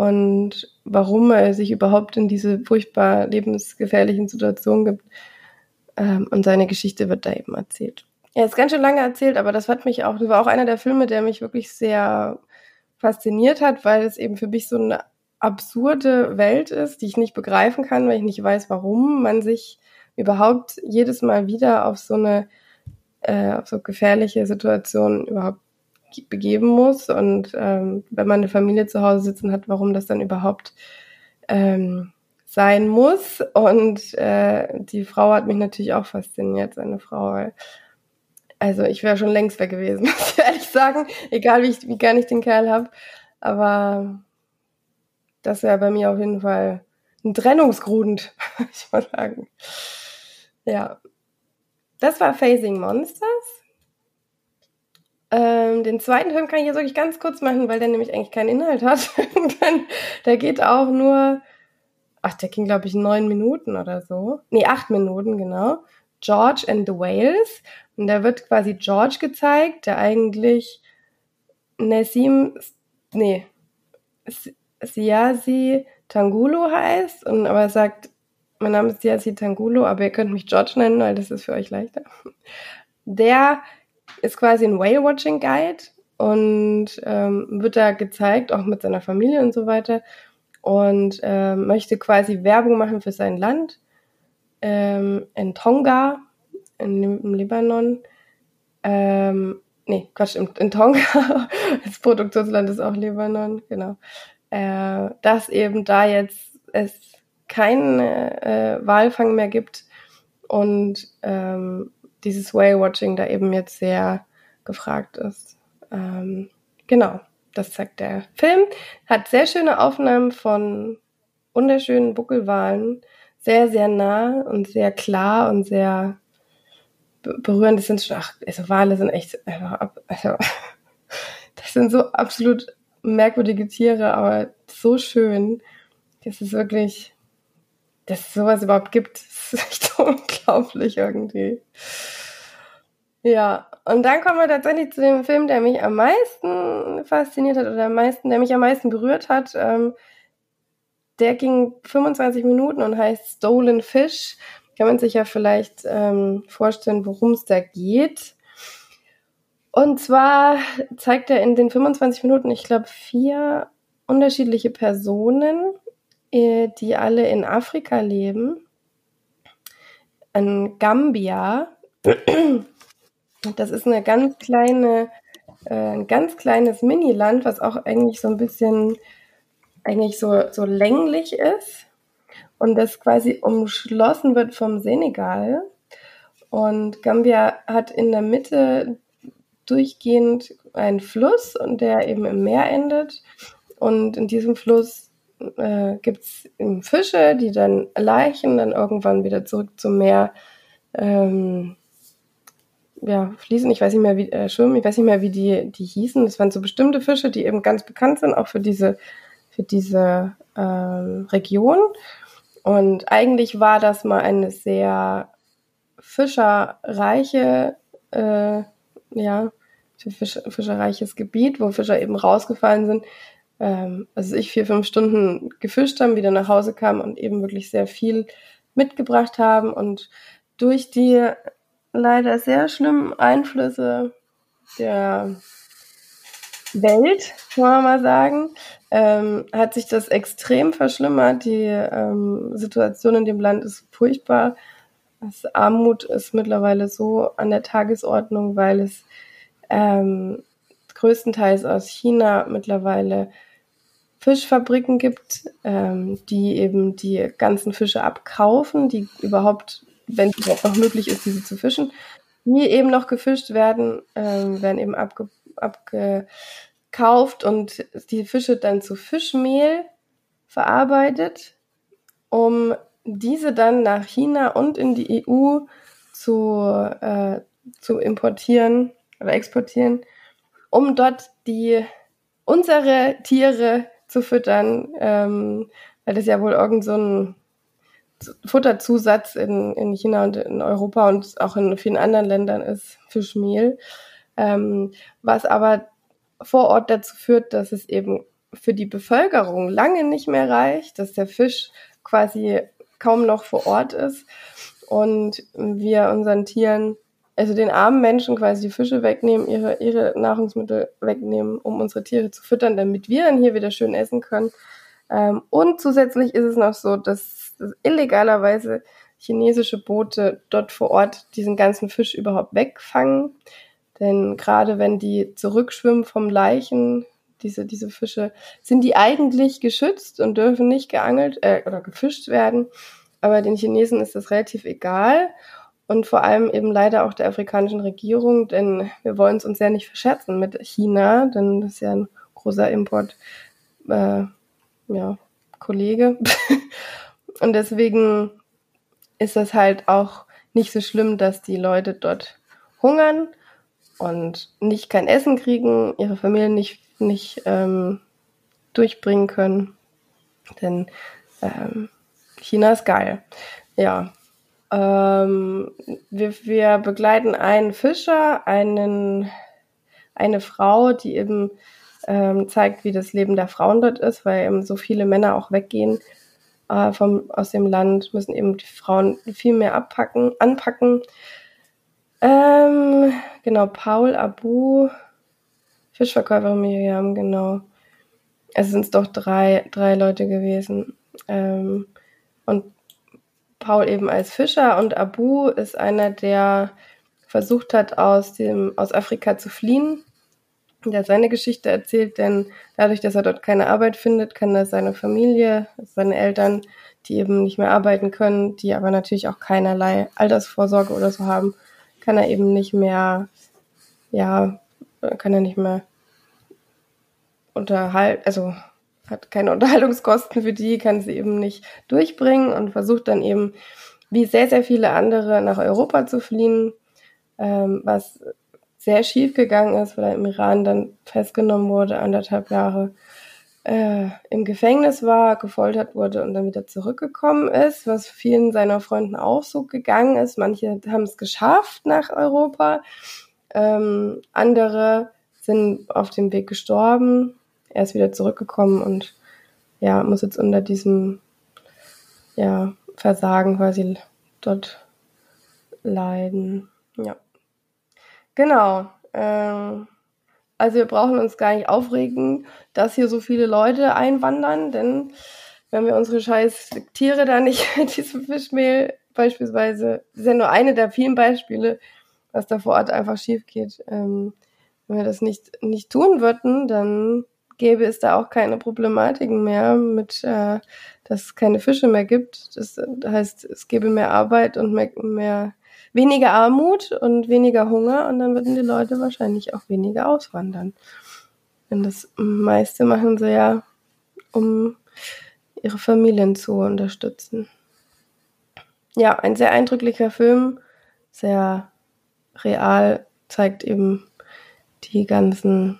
S1: warum er sich überhaupt in diese furchtbar lebensgefährlichen Situationen gibt, und seine Geschichte wird da eben erzählt. Er ist ganz schön lange erzählt, aber das hat mich auch, das war auch einer der Filme, der mich wirklich sehr fasziniert hat, weil es eben für mich so eine absurde Welt ist, die ich nicht begreifen kann, weil ich nicht weiß, warum man sich überhaupt jedes Mal wieder auf so eine, äh, auf so gefährliche Situationen überhaupt begeben muss und ähm, wenn man eine Familie zu Hause sitzen hat, warum das dann überhaupt ähm, sein muss. Und äh, die Frau hat mich natürlich auch fasziniert, seine Frau. Also ich wäre schon längst weg gewesen, muss ich ehrlich sagen. Egal, wie, ich, wie gern ich den Kerl habe. Aber das wäre bei mir auf jeden Fall ein Trennungsgrund, würde ich mal sagen. Ja. Das war Facing Monsters. Ähm, den zweiten Film kann ich jetzt wirklich ganz kurz machen, weil der nämlich eigentlich keinen Inhalt hat. Dann, der geht auch nur... Ach, der ging, glaube ich, neun Minuten oder so. Nee, acht Minuten, genau. George and the Whales. Und da wird quasi George gezeigt, der eigentlich Nassim, nee, Siazi Tangulu heißt. Und aber er sagt, mein Name ist Siazi Tangulu, aber ihr könnt mich George nennen, weil das ist für euch leichter. Der ist quasi ein Whale-Watching-Guide und ähm, wird da gezeigt, auch mit seiner Familie und so weiter und ähm, möchte quasi Werbung machen für sein Land ähm, in Tonga, in, im Libanon. Ähm, nee, Quatsch, in, in Tonga, das Produktionsland ist auch Libanon, genau. Äh, dass eben da jetzt es keinen äh, Walfang mehr gibt und ähm, dieses Whale-Watching da eben jetzt sehr gefragt ist. Ähm, genau, das zeigt der Film. Hat sehr schöne Aufnahmen von wunderschönen Buckelwalen, sehr, sehr nah und sehr klar und sehr berührend. Das sind schon, ach, also Wale sind echt, also, das sind so absolut merkwürdige Tiere, aber so schön. Das ist wirklich, dass es sowas überhaupt gibt, das ist echt unglaublich irgendwie. Ja, und dann kommen wir tatsächlich zu dem Film, der mich am meisten fasziniert hat oder am meisten, der mich am meisten berührt hat. Ähm, der ging fünfundzwanzig Minuten und heißt Stolen Fish. Kann man sich ja vielleicht ähm, vorstellen, worum es da geht. Und zwar zeigt er in den fünfundzwanzig Minuten, ich glaube, vier unterschiedliche Personen, die alle in Afrika leben. In Gambia. Das ist eine ganz kleine, äh, ein ganz kleines Miniland, was auch eigentlich so ein bisschen, eigentlich so, so länglich ist und das quasi umschlossen wird vom Senegal. Und Gambia hat in der Mitte durchgehend einen Fluss und der eben im Meer endet. Und in diesem Fluss äh, gibt es Fische, die dann Leichen dann irgendwann wieder zurück zum Meer ähm, ja, fließen. Ich weiß nicht mehr, wie äh, schwimmen. Ich weiß nicht mehr, wie die die hießen. Das waren so bestimmte Fische, die eben ganz bekannt sind, auch für diese für diese ähm, Region. Und eigentlich war das mal eine sehr fischerreiche äh, ja, Fisch, fischerreiches Gebiet, wo Fischer eben rausgefallen sind, ähm, also ich vier, fünf Stunden gefischt haben, wieder nach Hause kamen und eben wirklich sehr viel mitgebracht haben und durch die leider sehr schlimmen Einflüsse der Welt, wollen wir mal sagen, ähm, hat sich das extrem verschlimmert. Die ähm, Situation in dem Land ist furchtbar. Das Armut ist mittlerweile so an der Tagesordnung, weil es ähm, größtenteils aus China mittlerweile Fischfabriken gibt, ähm, die eben die ganzen Fische abkaufen, die überhaupt, wenn es überhaupt noch möglich ist, diese zu fischen, die eben noch gefischt werden, ähm, werden eben abge, abgekauft und die Fische dann zu Fischmehl verarbeitet, um diese dann nach China und in die E U zu, äh, zu importieren oder exportieren, um dort die unsere Tiere zu füttern, ähm, weil das ja wohl irgend so ein Futterzusatz in, in China und in Europa und auch in vielen anderen Ländern ist, Fischmehl, ähm, was aber vor Ort dazu führt, dass es eben für die Bevölkerung lange nicht mehr reicht, dass der Fisch quasi kaum noch vor Ort ist und wir unseren Tieren, also den armen Menschen quasi die Fische wegnehmen, ihre, ihre Nahrungsmittel wegnehmen, um unsere Tiere zu füttern, damit wir dann hier wieder schön essen können. Ähm, und zusätzlich ist es noch so, dass, dass illegalerweise chinesische Boote dort vor Ort diesen ganzen Fisch überhaupt wegfangen. Denn gerade wenn die zurückschwimmen vom Leichen, diese, diese Fische, sind die eigentlich geschützt und dürfen nicht geangelt äh, oder gefischt werden. Aber den Chinesen ist das relativ egal. Und vor allem eben leider auch der afrikanischen Regierung, denn wir wollen es uns ja nicht verscherzen mit China, denn das ist ja ein großer Import, äh, ja, Kollege. Und deswegen ist das halt auch nicht so schlimm, dass die Leute dort hungern und nicht kein Essen kriegen, ihre Familien nicht, nicht ähm, durchbringen können. Denn ähm, China ist geil. Ja. Ähm, wir, wir begleiten einen Fischer, einen, eine Frau, die eben ähm, zeigt, wie das Leben der Frauen dort ist, weil eben so viele Männer auch weggehen äh, vom, aus dem Land, müssen eben die Frauen viel mehr abpacken, anpacken. Ähm, genau, Paul Abu Fischverkäuferin Miriam, genau. Es sind doch drei, drei Leute gewesen. Ähm, und Paul eben als Fischer und Abu ist einer, der versucht hat, aus dem, aus Afrika zu fliehen. Der seine Geschichte erzählt, denn dadurch, dass er dort keine Arbeit findet, kann er seine Familie, seine Eltern, die eben nicht mehr arbeiten können, die aber natürlich auch keinerlei Altersvorsorge oder so haben, kann er eben nicht mehr, ja, kann er nicht mehr unterhalten, also hat keine Unterhaltungskosten für die, kann sie eben nicht durchbringen und versucht dann eben, wie sehr, sehr viele andere, nach Europa zu fliehen, ähm, was sehr schief gegangen ist, weil er im Iran dann festgenommen wurde, anderthalb Jahre äh, im Gefängnis war, gefoltert wurde und dann wieder zurückgekommen ist, was vielen seiner Freunden auch so gegangen ist. Manche haben es geschafft nach Europa, ähm, andere sind auf dem Weg gestorben. Er ist wieder zurückgekommen und ja, muss jetzt unter diesem ja, Versagen quasi dort leiden. Ja. Genau. Ähm, also wir brauchen uns gar nicht aufregen, dass hier so viele Leute einwandern, denn wenn wir unsere scheiß Tiere da nicht mit diesem Fischmehl beispielsweise, das ist ja nur eine der vielen Beispiele, was da vor Ort einfach schief geht. Ähm, wenn wir das nicht, nicht tun würden, dann gäbe es da auch keine Problematiken mehr mit, äh, dass es keine Fische mehr gibt. Das heißt, es gäbe mehr Arbeit und mehr, mehr weniger Armut und weniger Hunger und dann würden die Leute wahrscheinlich auch weniger auswandern. Denn das meiste machen sie ja, um ihre Familien zu unterstützen. Ja, ein sehr eindrücklicher Film, sehr real, zeigt eben die ganzen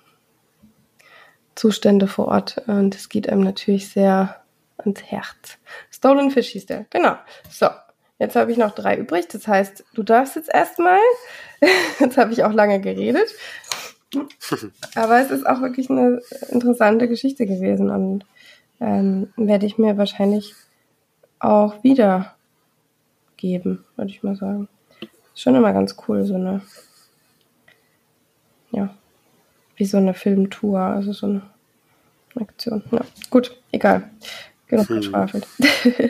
S1: Zustände vor Ort und es geht einem natürlich sehr ans Herz. Stolen Fish hieß der, genau. So, jetzt habe ich noch drei übrig, das heißt, du darfst jetzt erstmal. Jetzt habe ich auch lange geredet. Aber es ist auch wirklich eine interessante Geschichte gewesen und ähm, werde ich mir wahrscheinlich auch wieder geben, würde ich mal sagen. Ist schon immer ganz cool, so eine, ja, wie so eine Filmtour, also so eine Aktion. Ja, gut, egal. Genug geschwafelt. Hm.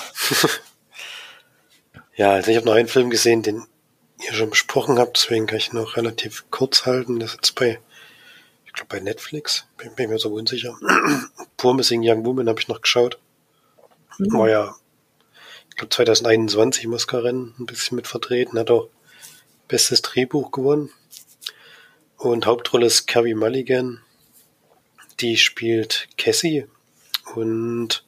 S2: Ja, also ich habe noch einen Film gesehen, den ihr schon besprochen habt, deswegen kann ich noch relativ kurz halten. Das ist jetzt bei, ich glaube bei Netflix, bin, bin ich mir so unsicher. Poor Missing Young Woman habe ich noch geschaut. Mhm. War ja, ich glaube zwanzig einundzwanzig im Oscar-Rennen ein bisschen mit vertreten, hat auch bestes Drehbuch gewonnen. Und Hauptrolle ist Carey Mulligan, die spielt Cassie und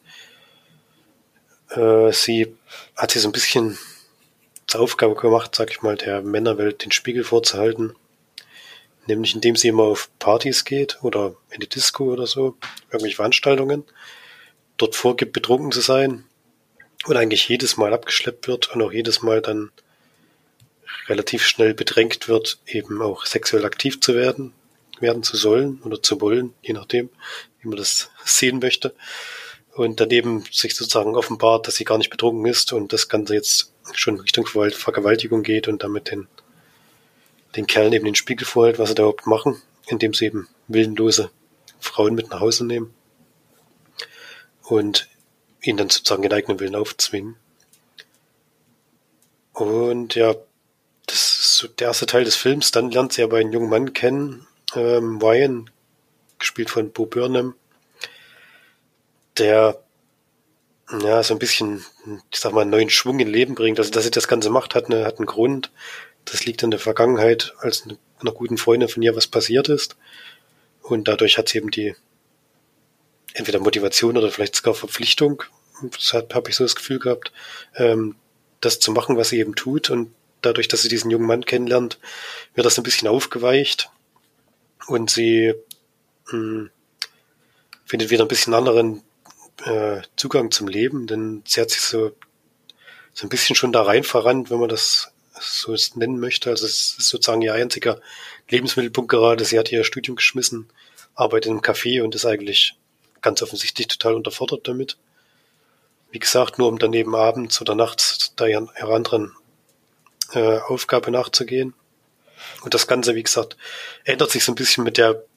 S2: äh, sie hat sich so ein bisschen zur Aufgabe gemacht, sag ich mal, der Männerwelt den Spiegel vorzuhalten. Nämlich indem sie immer auf Partys geht oder in die Disco oder so, irgendwelche Veranstaltungen, dort vorgibt, betrunken zu sein und eigentlich jedes Mal abgeschleppt wird und auch jedes Mal dann relativ schnell bedrängt wird, eben auch sexuell aktiv zu werden, werden zu sollen oder zu wollen, je nachdem, wie man das sehen möchte. Und daneben sich sozusagen offenbart, dass sie gar nicht betrunken ist und das Ganze jetzt schon Richtung Vergewaltigung geht und damit den, den Kerlen eben den Spiegel vorhält, was sie da überhaupt machen, indem sie eben willenlose Frauen mit nach Hause nehmen und ihnen dann sozusagen den eigenen Willen aufzwingen. Und ja, das ist so der erste Teil des Films. Dann lernt sie aber einen jungen Mann kennen, ähm, Ryan, gespielt von Bo Burnham, der ja so ein bisschen, ich sag mal, einen neuen Schwung in Leben bringt. Also, dass sie das Ganze macht, hat, eine, hat einen Grund. Das liegt in der Vergangenheit, als eine, einer guten Freundin von ihr was passiert ist. Und dadurch hat sie eben die entweder Motivation oder vielleicht sogar Verpflichtung, das habe ich so das Gefühl gehabt, ähm, das zu machen, was sie eben tut. Und dadurch, dass sie diesen jungen Mann kennenlernt, wird das ein bisschen aufgeweicht. Und sie mh, findet wieder ein bisschen anderen äh, Zugang zum Leben, denn sie hat sich so, so ein bisschen schon da rein verrannt, wenn man das so nennen möchte. Also es ist sozusagen ihr einziger Lebensmittelpunkt gerade. Sie hat ihr Studium geschmissen, arbeitet im Café und ist eigentlich ganz offensichtlich total unterfordert damit. Wie gesagt, nur um daneben abends oder nachts da ihrer anderen äh, Aufgabe nachzugehen. Und das Ganze, wie gesagt, ändert sich so ein bisschen mit der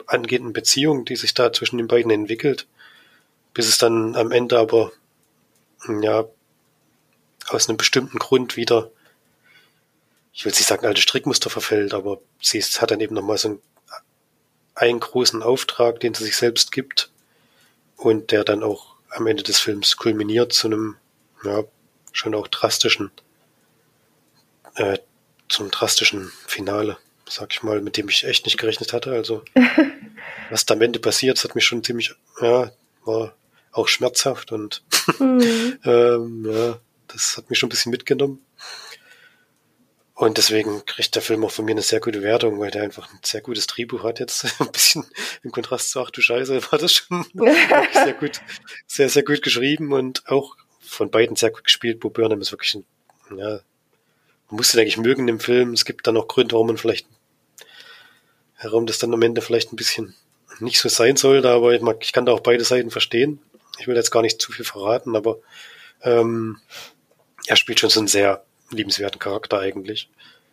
S2: angehenden Beziehung, die sich da zwischen den beiden entwickelt, bis es dann am Ende aber, ja, aus einem bestimmten Grund wieder, ich will nicht sagen, alte Strickmuster verfällt, aber sie ist, hat dann eben nochmal so einen, einen großen Auftrag, den sie sich selbst gibt und der dann auch am Ende des Films kulminiert zu einem, ja, schon auch drastischen, äh, zum drastischen Finale, sag ich mal, mit dem ich echt nicht gerechnet hatte. Also, was da am Ende passiert, das hat mich schon ziemlich, ja, war auch schmerzhaft und mhm. ähm, ja, das hat mich schon ein bisschen mitgenommen. Und deswegen kriegt der Film auch von mir eine sehr gute Wertung, weil der einfach ein sehr gutes Drehbuch hat jetzt. Ein bisschen im Kontrast zu Ach du Scheiße war das schon sehr gut, sehr, sehr gut geschrieben und auch von beiden sehr gut gespielt. Bo Burnham ist wirklich ein, ja, man muss den eigentlich mögen im Film. Es gibt dann auch Gründe, warum man vielleicht, warum das dann am Ende vielleicht ein bisschen nicht so sein sollte, aber ich, mag, ich kann da auch beide Seiten verstehen. Ich will jetzt gar nicht zu viel verraten, aber ähm, er spielt schon so einen sehr liebenswerten Charakter eigentlich.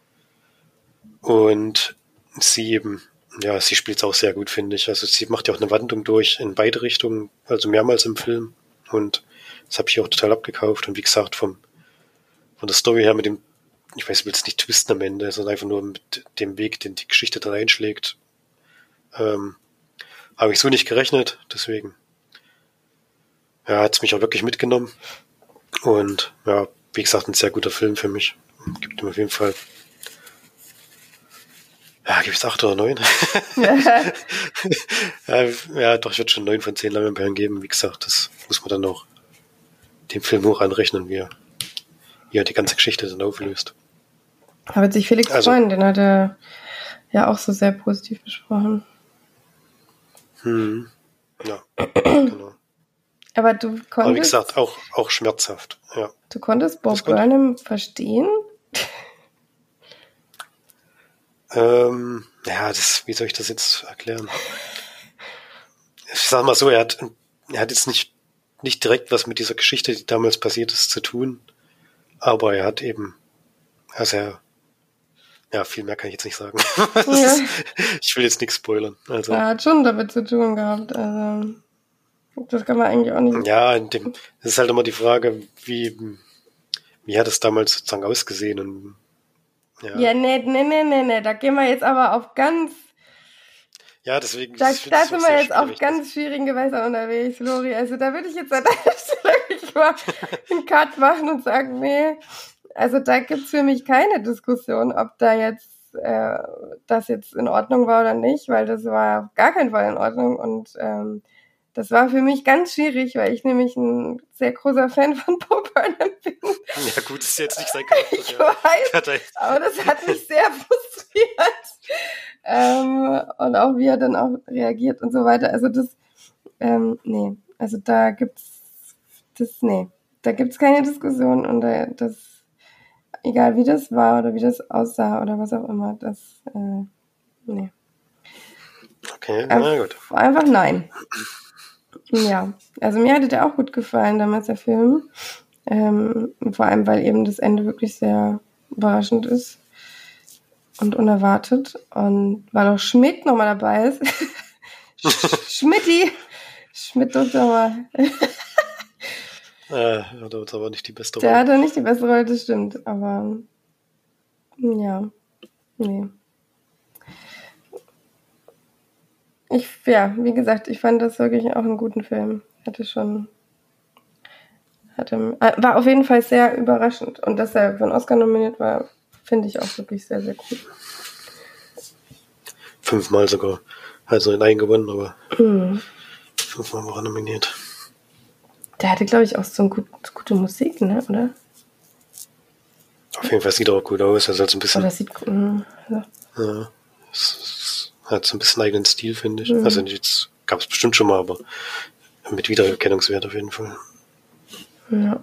S2: Und sie eben, ja, sie spielt es auch sehr gut, finde ich. Also sie macht ja auch eine Wandlung durch in beide Richtungen, also mehrmals im Film. Und das habe ich auch total abgekauft. Und wie gesagt, vom von der Story her mit dem, ich weiß, ich will es nicht twisten am Ende, sondern einfach nur mit dem Weg, den die Geschichte dann einschlägt, ähm, habe ich so nicht gerechnet. Deswegen, ja, hat es mich auch wirklich mitgenommen. Und ja, wie gesagt, ein sehr guter Film für mich. Gibt ihm auf jeden Fall, ja, gibt es acht oder neun? ja, ja, doch, ich würde schon neun von zehn Leinwandperlen geben. Wie gesagt, das muss man dann auch dem Film hoch anrechnen, wie er, wie er die ganze Geschichte dann auflöst.
S1: Da wird sich Felix also, freuen, den hat er ja auch so sehr positiv besprochen.
S2: Hm, ja, genau.
S1: Aber du konntest...
S2: Aber wie gesagt, auch, auch schmerzhaft, ja.
S1: Du konntest Bo Burnham verstehen?
S2: Ähm, ja, das, wie soll ich das jetzt erklären? Ich sag mal so, er hat, er hat jetzt nicht, nicht direkt was mit dieser Geschichte, die damals passiert ist, zu tun. Aber er hat eben, also er, ja, viel mehr kann ich jetzt nicht sagen.
S1: Ja.
S2: ist, ich will jetzt nichts spoilern. Also,
S1: er hat schon damit zu tun gehabt, also... Das kann man eigentlich auch nicht...
S2: Ja, in dem, das ist halt immer die Frage, wie, wie hat es damals sozusagen ausgesehen und, ja.
S1: Ja, nee, nee, nee, nee, nee, da gehen wir jetzt aber auf ganz...
S2: Ja, deswegen...
S1: Da, da sind wir jetzt auf ganz schwierigen Gewässern unterwegs, Lori. Also da würde ich jetzt an deiner Stelle wirklich mal einen Cut machen und sagen, nee, also da gibt's für mich keine Diskussion, ob da jetzt äh, das jetzt in Ordnung war oder nicht, weil das war auf gar keinen Fall in Ordnung und ähm, das war für mich ganz schwierig, weil ich nämlich ein sehr großer Fan von Bo Burnham bin.
S2: Ja gut, das ist jetzt nicht sein Charakter.
S1: Ich weiß, aber das hat mich sehr frustriert. ähm, und auch wie er dann auch reagiert und so weiter. Also das, ähm, nee, also da gibt's, das, nee, da gibt's keine Diskussion und da, das, egal wie das war oder wie das aussah oder was auch immer, das, äh, nee.
S2: Okay, na gut.
S1: Einfach nein. Ja, also mir hatte der auch gut gefallen, damals der Film. Ähm, vor allem, weil eben das Ende wirklich sehr überraschend ist und unerwartet. Und weil auch Schmidt nochmal dabei ist. Schmidti! Schmidt durfte nochmal.
S2: äh, hat er aber nicht die beste Rolle.
S1: Der hatte nicht die beste Rolle, das stimmt. Aber ja, nee. Ich, ja, wie gesagt, ich fand das wirklich auch einen guten Film. Hatte schon, hatte, war auf jeden Fall sehr überraschend. Und dass er für einen Oscar nominiert war, finde ich auch wirklich sehr, sehr cool.
S2: Fünfmal sogar. Also in einen gewonnen, aber
S1: mhm.
S2: fünfmal war er nominiert.
S1: Der hatte, glaube ich, auch so eine gut, gute Musik, ne, oder?
S2: Auf jeden Fall sieht er auch gut aus. Also halt so ein bisschen.
S1: Oh, das sieht, mh, ja.
S2: Ja, es, es hat so ein bisschen eigenen Stil, finde ich.
S1: Mhm.
S2: Also jetzt gab es bestimmt schon mal, aber mit Wiedererkennungswert auf jeden Fall.
S1: Ja.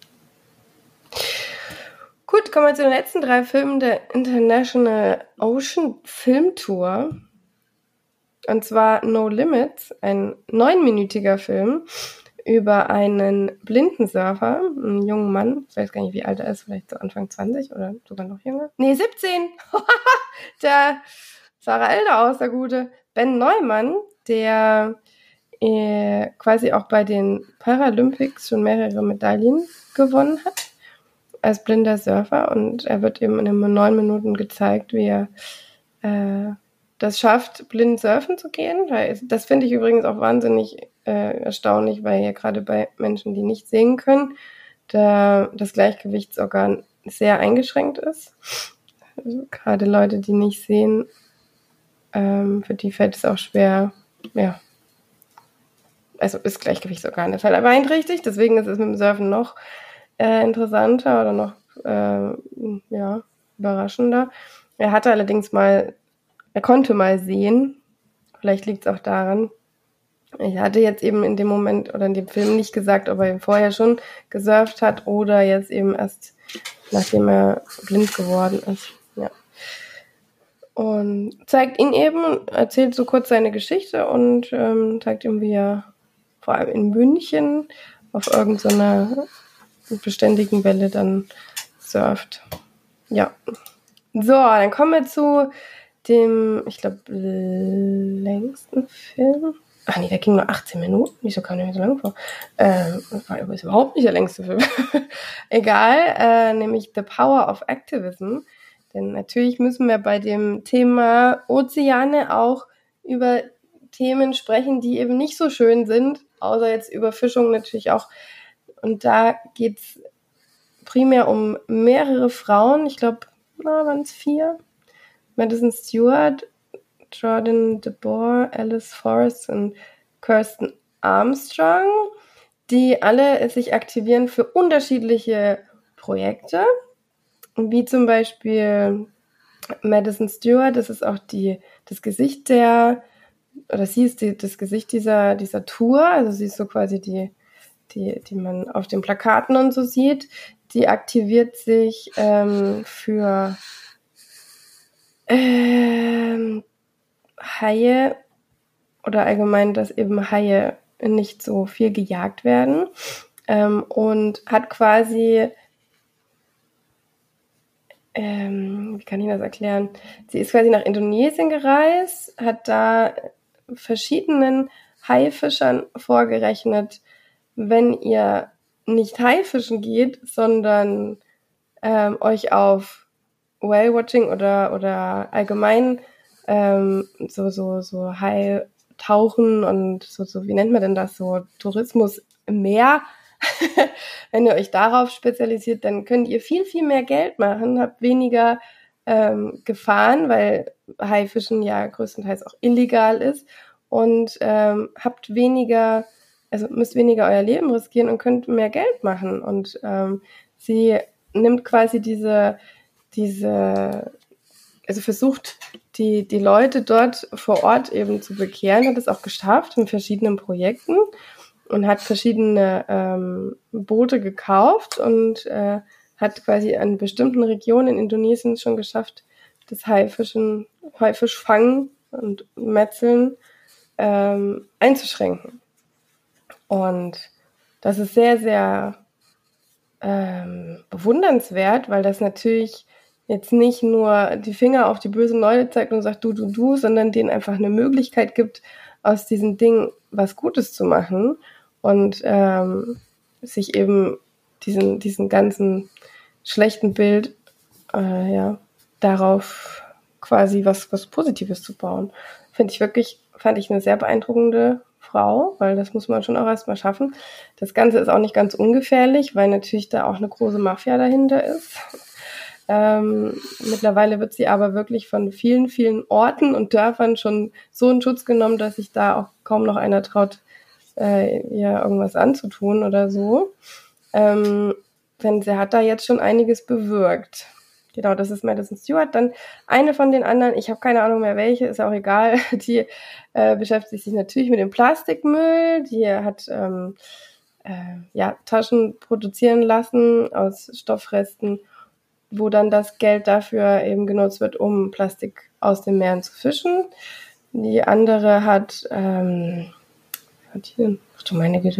S1: Gut, kommen wir zu den letzten drei Filmen der International Ocean Film Tour. Und zwar No Limits, ein neunminütiger Film über einen Blindensurfer, einen jungen Mann, ich weiß gar nicht, wie alt er ist, vielleicht so Anfang zwanzig oder sogar noch jünger. Nee, siebzehn! Der sah er älter aus, der Gute. Ben Neumann, der äh, quasi auch bei den Paralympics schon mehrere Medaillen gewonnen hat, als blinder Surfer. Und er wird eben in einem neun Minuten gezeigt, wie er äh, das schafft, blind surfen zu gehen. Das finde ich übrigens auch wahnsinnig äh, erstaunlich, weil ja gerade bei Menschen, die nicht sehen können, da das Gleichgewichtsorgan sehr eingeschränkt ist. Also gerade Leute, die nicht sehen, ähm, für die fällt es auch schwer, ja, also ist Gleichgewichtsorgan der Fall beeinträchtigt, deswegen ist es mit dem Surfen noch äh, interessanter oder noch äh, ja, überraschender. Er hatte allerdings mal, er konnte mal sehen, vielleicht liegt es auch daran, ich hatte jetzt eben in dem Moment oder in dem Film nicht gesagt, ob er vorher schon gesurft hat oder jetzt eben erst, nachdem er blind geworden ist. Ja. Und zeigt ihn eben, erzählt so kurz seine Geschichte und ähm, zeigt ihm, wie er vor allem in München auf irgendeiner beständigen Welle dann surft. Ja. So, dann kommen wir zu dem, ich glaube, längsten Film. Ach nee, der ging nur achtzehn Minuten. Wieso kam der mir so lang vor? Ähm, das war übrigens überhaupt nicht der längste Film. Egal, äh, nämlich The Power of Activism. Denn natürlich müssen wir bei dem Thema Ozeane auch über Themen sprechen, die eben nicht so schön sind, außer jetzt Überfischung natürlich auch. Und da geht's primär um mehrere Frauen. Ich glaube, na, waren es vier? Madison Stewart, Jordan DeBoer, Alice Forrest und Kirsten Armstrong, die alle sich aktivieren für unterschiedliche Projekte, wie zum Beispiel Madison Stewart, das ist auch die, das Gesicht der, oder sie ist die, das Gesicht dieser, dieser Tour, also sie ist so quasi die, die, die man auf den Plakaten und so sieht, die aktiviert sich ähm, für ähm, Haie oder allgemein, dass eben Haie nicht so viel gejagt werden ähm, und hat quasi, ähm, wie kann ich das erklären? Sie ist quasi nach Indonesien gereist, hat da verschiedenen Haifischern vorgerechnet, wenn ihr nicht Haifischen geht, sondern ähm, euch auf Whale-Watching oder, oder allgemein ähm, so, so, so Hai-Tauchen und so, so, wie nennt man denn das, so Tourismus im Meer. Wenn ihr euch darauf spezialisiert, dann könnt ihr viel, viel mehr Geld machen, habt weniger ähm, Gefahren, weil Haifischen ja größtenteils auch illegal ist und ähm, habt weniger, also müsst weniger euer Leben riskieren und könnt mehr Geld machen. Und ähm, sie nimmt quasi diese diese, also versucht, die, die Leute dort vor Ort eben zu bekehren, hat es auch geschafft in verschiedenen Projekten und hat verschiedene ähm, Boote gekauft und äh, hat quasi an bestimmten Regionen in Indonesien schon geschafft, das Haifischen, Haifischfangen und Metzeln ähm, einzuschränken. Und das ist sehr, sehr ähm, bewundernswert, weil das natürlich jetzt nicht nur die Finger auf die bösen Leute zeigt und sagt du, du, du, sondern denen einfach eine Möglichkeit gibt, aus diesen Dingen was Gutes zu machen und ähm, sich eben diesen, diesen ganzen schlechten Bild äh, ja, darauf quasi was, was Positives zu bauen. Finde ich wirklich, fand ich eine sehr beeindruckende Frau, weil das muss man schon auch erstmal schaffen. Das Ganze ist auch nicht ganz ungefährlich, weil natürlich da auch eine große Mafia dahinter ist. Ähm, mittlerweile wird sie aber wirklich von vielen, vielen Orten und Dörfern schon so in Schutz genommen, dass sich da auch kaum noch einer traut, äh, ihr irgendwas anzutun oder so. Ähm, denn sie hat da jetzt schon einiges bewirkt. Genau, das ist Madison Stewart. Dann eine von den anderen, ich habe keine Ahnung mehr welche, ist auch egal, die äh, beschäftigt sich natürlich mit dem Plastikmüll. Die hat ähm, äh, ja, Taschen produzieren lassen aus Stoffresten, wo dann das Geld dafür eben genutzt wird, um Plastik aus den Meeren zu fischen. Die andere hat, ähm, was hat die denn? Ach du meine Güte.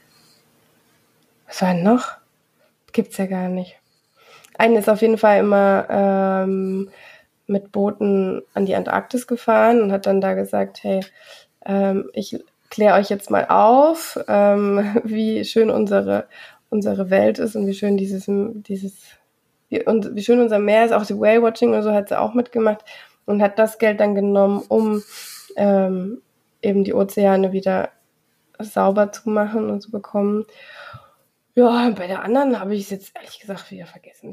S1: Was war denn noch? Gibt's ja gar nicht. Eine ist auf jeden Fall immer ähm, mit Booten an die Antarktis gefahren und hat dann da gesagt, hey, ähm, ich kläre euch jetzt mal auf, ähm, wie schön unsere, unsere Welt ist und wie schön dieses, dieses wie, und wie schön unser Meer ist, auch die Whale-Watching und so hat sie auch mitgemacht und hat das Geld dann genommen, um ähm, eben die Ozeane wieder sauber zu machen und zu bekommen. Ja, bei der anderen habe ich es jetzt ehrlich gesagt wieder vergessen.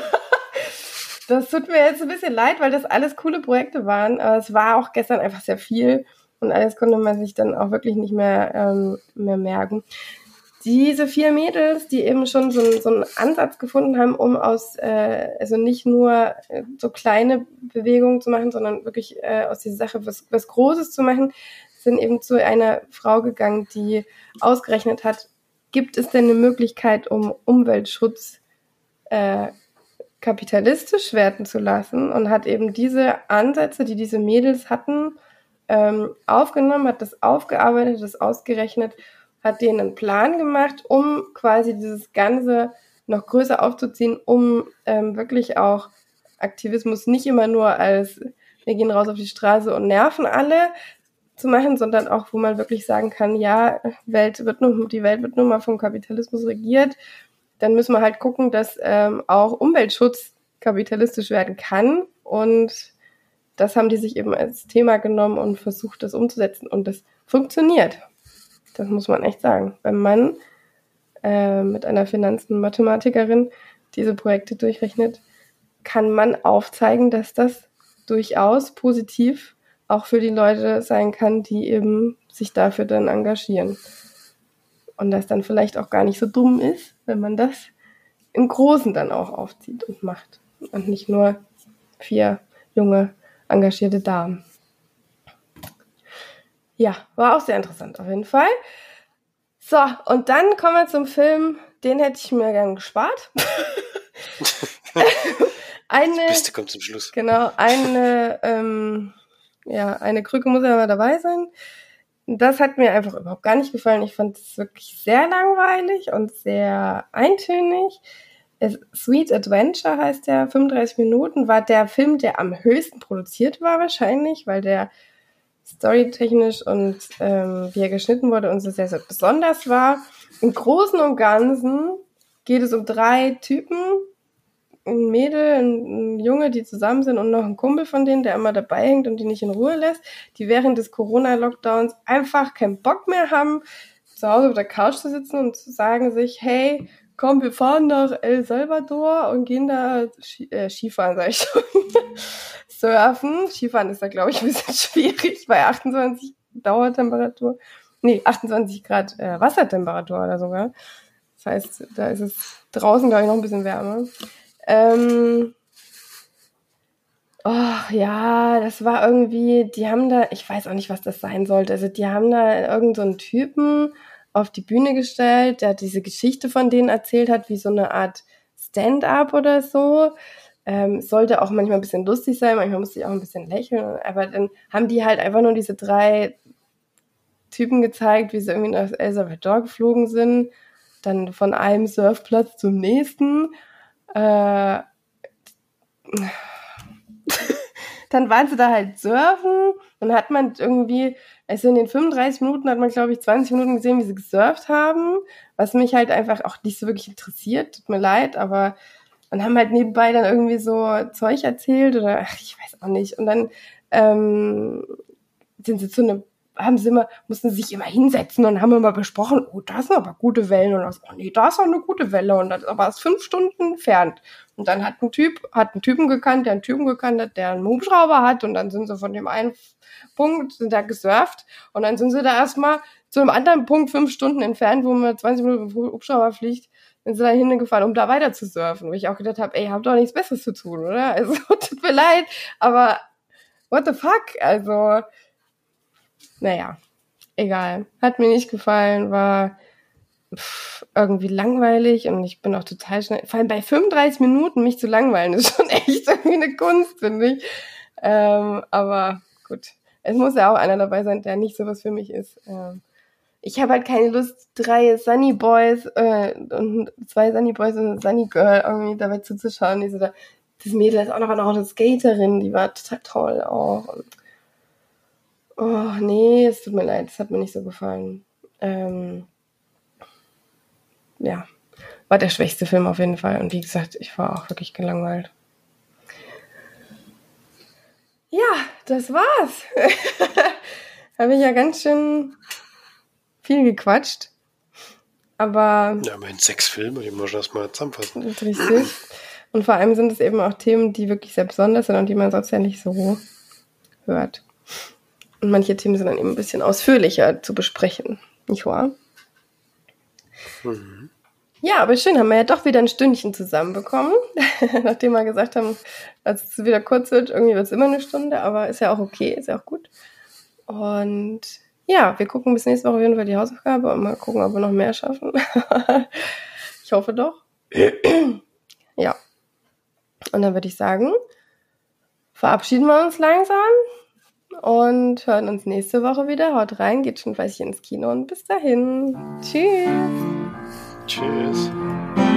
S1: Das tut mir jetzt ein bisschen leid, weil das alles coole Projekte waren, aber es war auch gestern einfach sehr viel und alles konnte man sich dann auch wirklich nicht mehr, ähm, mehr merken. Diese vier Mädels, die eben schon so, so einen Ansatz gefunden haben, um aus, äh, also nicht nur äh, so kleine Bewegungen zu machen, sondern wirklich äh, aus dieser Sache was, was Großes zu machen, sind eben zu einer Frau gegangen, die ausgerechnet hat, gibt es denn eine Möglichkeit, um Umweltschutz äh, kapitalistisch werden zu lassen, und hat eben diese Ansätze, die diese Mädels hatten, ähm, aufgenommen, hat das aufgearbeitet, das ausgerechnet, hat denen einen Plan gemacht, um quasi dieses Ganze noch größer aufzuziehen, um ähm, wirklich auch Aktivismus nicht immer nur als wir gehen raus auf die Straße und nerven alle zu machen, sondern auch, wo man wirklich sagen kann, ja, Welt wird nur, die Welt wird nur mal vom Kapitalismus regiert. Dann müssen wir halt gucken, dass ähm, auch Umweltschutz kapitalistisch werden kann. Und das haben die sich eben als Thema genommen und versucht, das umzusetzen. Und das funktioniert. Das muss man echt sagen. Wenn man äh, mit einer Finanzen-Mathematikerin diese Projekte durchrechnet, kann man aufzeigen, dass das durchaus positiv auch für die Leute sein kann, die eben sich dafür dann engagieren. Und das dann vielleicht auch gar nicht so dumm ist, wenn man das im Großen dann auch aufzieht und macht. Und nicht nur vier junge, engagierte Damen. Ja, war auch sehr interessant auf jeden Fall. So, und dann kommen wir zum Film, den hätte ich mir gern gespart. eine,
S2: das Beste kommt zum Schluss.
S1: Genau, eine, ähm, ja, eine Krücke muss ja mal dabei sein. Das hat mir einfach überhaupt gar nicht gefallen. Ich fand es wirklich sehr langweilig und sehr eintönig. Es, Sweet Adventure heißt der, fünfunddreißig Minuten, war der Film, der am höchsten produziert war wahrscheinlich, weil der storytechnisch und ähm, wie er geschnitten wurde und so sehr, sehr besonders war. Im Großen und Ganzen geht es um drei Typen, ein Mädel, ein, ein Junge, die zusammen sind und noch ein Kumpel von denen, der immer dabei hängt und die nicht in Ruhe lässt, die während des Corona-Lockdowns einfach keinen Bock mehr haben, zu Hause auf der Couch zu sitzen und zu sagen sich, hey, komm, wir fahren nach El Salvador und gehen da Ski, äh, Skifahren, sag ich schon. Surfen. Skifahren ist da, glaube ich, ein bisschen schwierig bei achtundzwanzig Dauertemperatur. Nee, achtundzwanzig Grad äh, Wassertemperatur oder sogar. Das heißt, da ist es draußen, glaube ich, noch ein bisschen wärmer. Ähm, oh, ja, das war irgendwie, die haben da, ich weiß auch nicht, was das sein sollte. Also die haben da irgend so einen Typen auf die Bühne gestellt, der diese Geschichte von denen erzählt hat, wie so eine Art Stand-up oder so. Ähm, sollte auch manchmal ein bisschen lustig sein, manchmal musste ich auch ein bisschen lächeln, aber dann haben die halt einfach nur diese drei Typen gezeigt, wie sie irgendwie nach El Salvador geflogen sind, dann von einem Surfplatz zum nächsten. Äh, dann waren sie da halt surfen und hat man irgendwie, also in den fünfunddreißig Minuten hat man, glaube ich, zwanzig Minuten gesehen, wie sie gesurft haben, was mich halt einfach auch nicht so wirklich interessiert, tut mir leid, aber und haben halt nebenbei dann irgendwie so Zeug erzählt oder ach, ich weiß auch nicht. Und dann ähm, sind sie zu einem, haben sie immer, mussten sie sich immer hinsetzen und haben immer besprochen, oh, da sind aber gute Wellen und das, oh nee, da ist auch eine gute Welle und das aber ist fünf Stunden entfernt. Und dann hat ein Typ, hat einen Typen gekannt, der einen Typen gekannt hat, der einen Hubschrauber hat und dann sind sie von dem einen Punkt, sind da gesurft und dann sind sie da erstmal zu einem anderen Punkt fünf Stunden entfernt, wo man zwanzig Minuten mit dem Hubschrauber fliegt, sind sie da hingefahren, um da weiter zu surfen. Wo ich auch gedacht habe, ey, ihr habt doch nichts Besseres zu tun, oder? Also, tut mir leid, aber what the fuck? Also, naja, egal. Hat mir nicht gefallen, war pff, irgendwie langweilig und ich bin auch total schnell, vor allem bei fünfunddreißig Minuten mich zu langweilen, ist schon echt irgendwie eine Kunst, finde ich. Ähm, aber gut, es muss ja auch einer dabei sein, der nicht sowas für mich ist. Ähm, ich habe halt keine Lust, drei Sunny Boys äh, und zwei Sunny Boys und eine Sunny Girl irgendwie dabei zuzuschauen, die so da das Mädel ist auch noch, noch eine Skaterin, die war total toll auch. Und oh, nee, es tut mir leid, es hat mir nicht so gefallen. Ähm, ja, war der schwächste Film auf jeden Fall. Und wie gesagt, ich war auch wirklich gelangweilt. Ja, das war's. Habe ich ja ganz schön viel gequatscht. Aber...
S2: Ja, immerhin sechs Filme, die muss ich erstmal zusammenfassen.
S1: Das ist richtig. Und vor allem sind es eben auch Themen, die wirklich sehr besonders sind und die man sonst ja nicht so hört. Und manche Themen sind dann eben ein bisschen ausführlicher zu besprechen. Nicht wahr?
S2: Mhm.
S1: Ja, aber schön, haben wir ja doch wieder ein Stündchen zusammenbekommen. Nachdem wir gesagt haben, als es wieder kurz wird, irgendwie wird es immer eine Stunde, aber ist ja auch okay, ist ja auch gut. Und ja, wir gucken bis nächste Woche auf jeden Fall die Hausaufgabe und mal gucken, ob wir noch mehr schaffen. Ich hoffe doch. Ja. Und dann würde ich sagen, verabschieden wir uns langsam und hören uns nächste Woche wieder. Haut rein, geht schon fleißig ins Kino und bis dahin. Tschüss.
S2: Tschüss.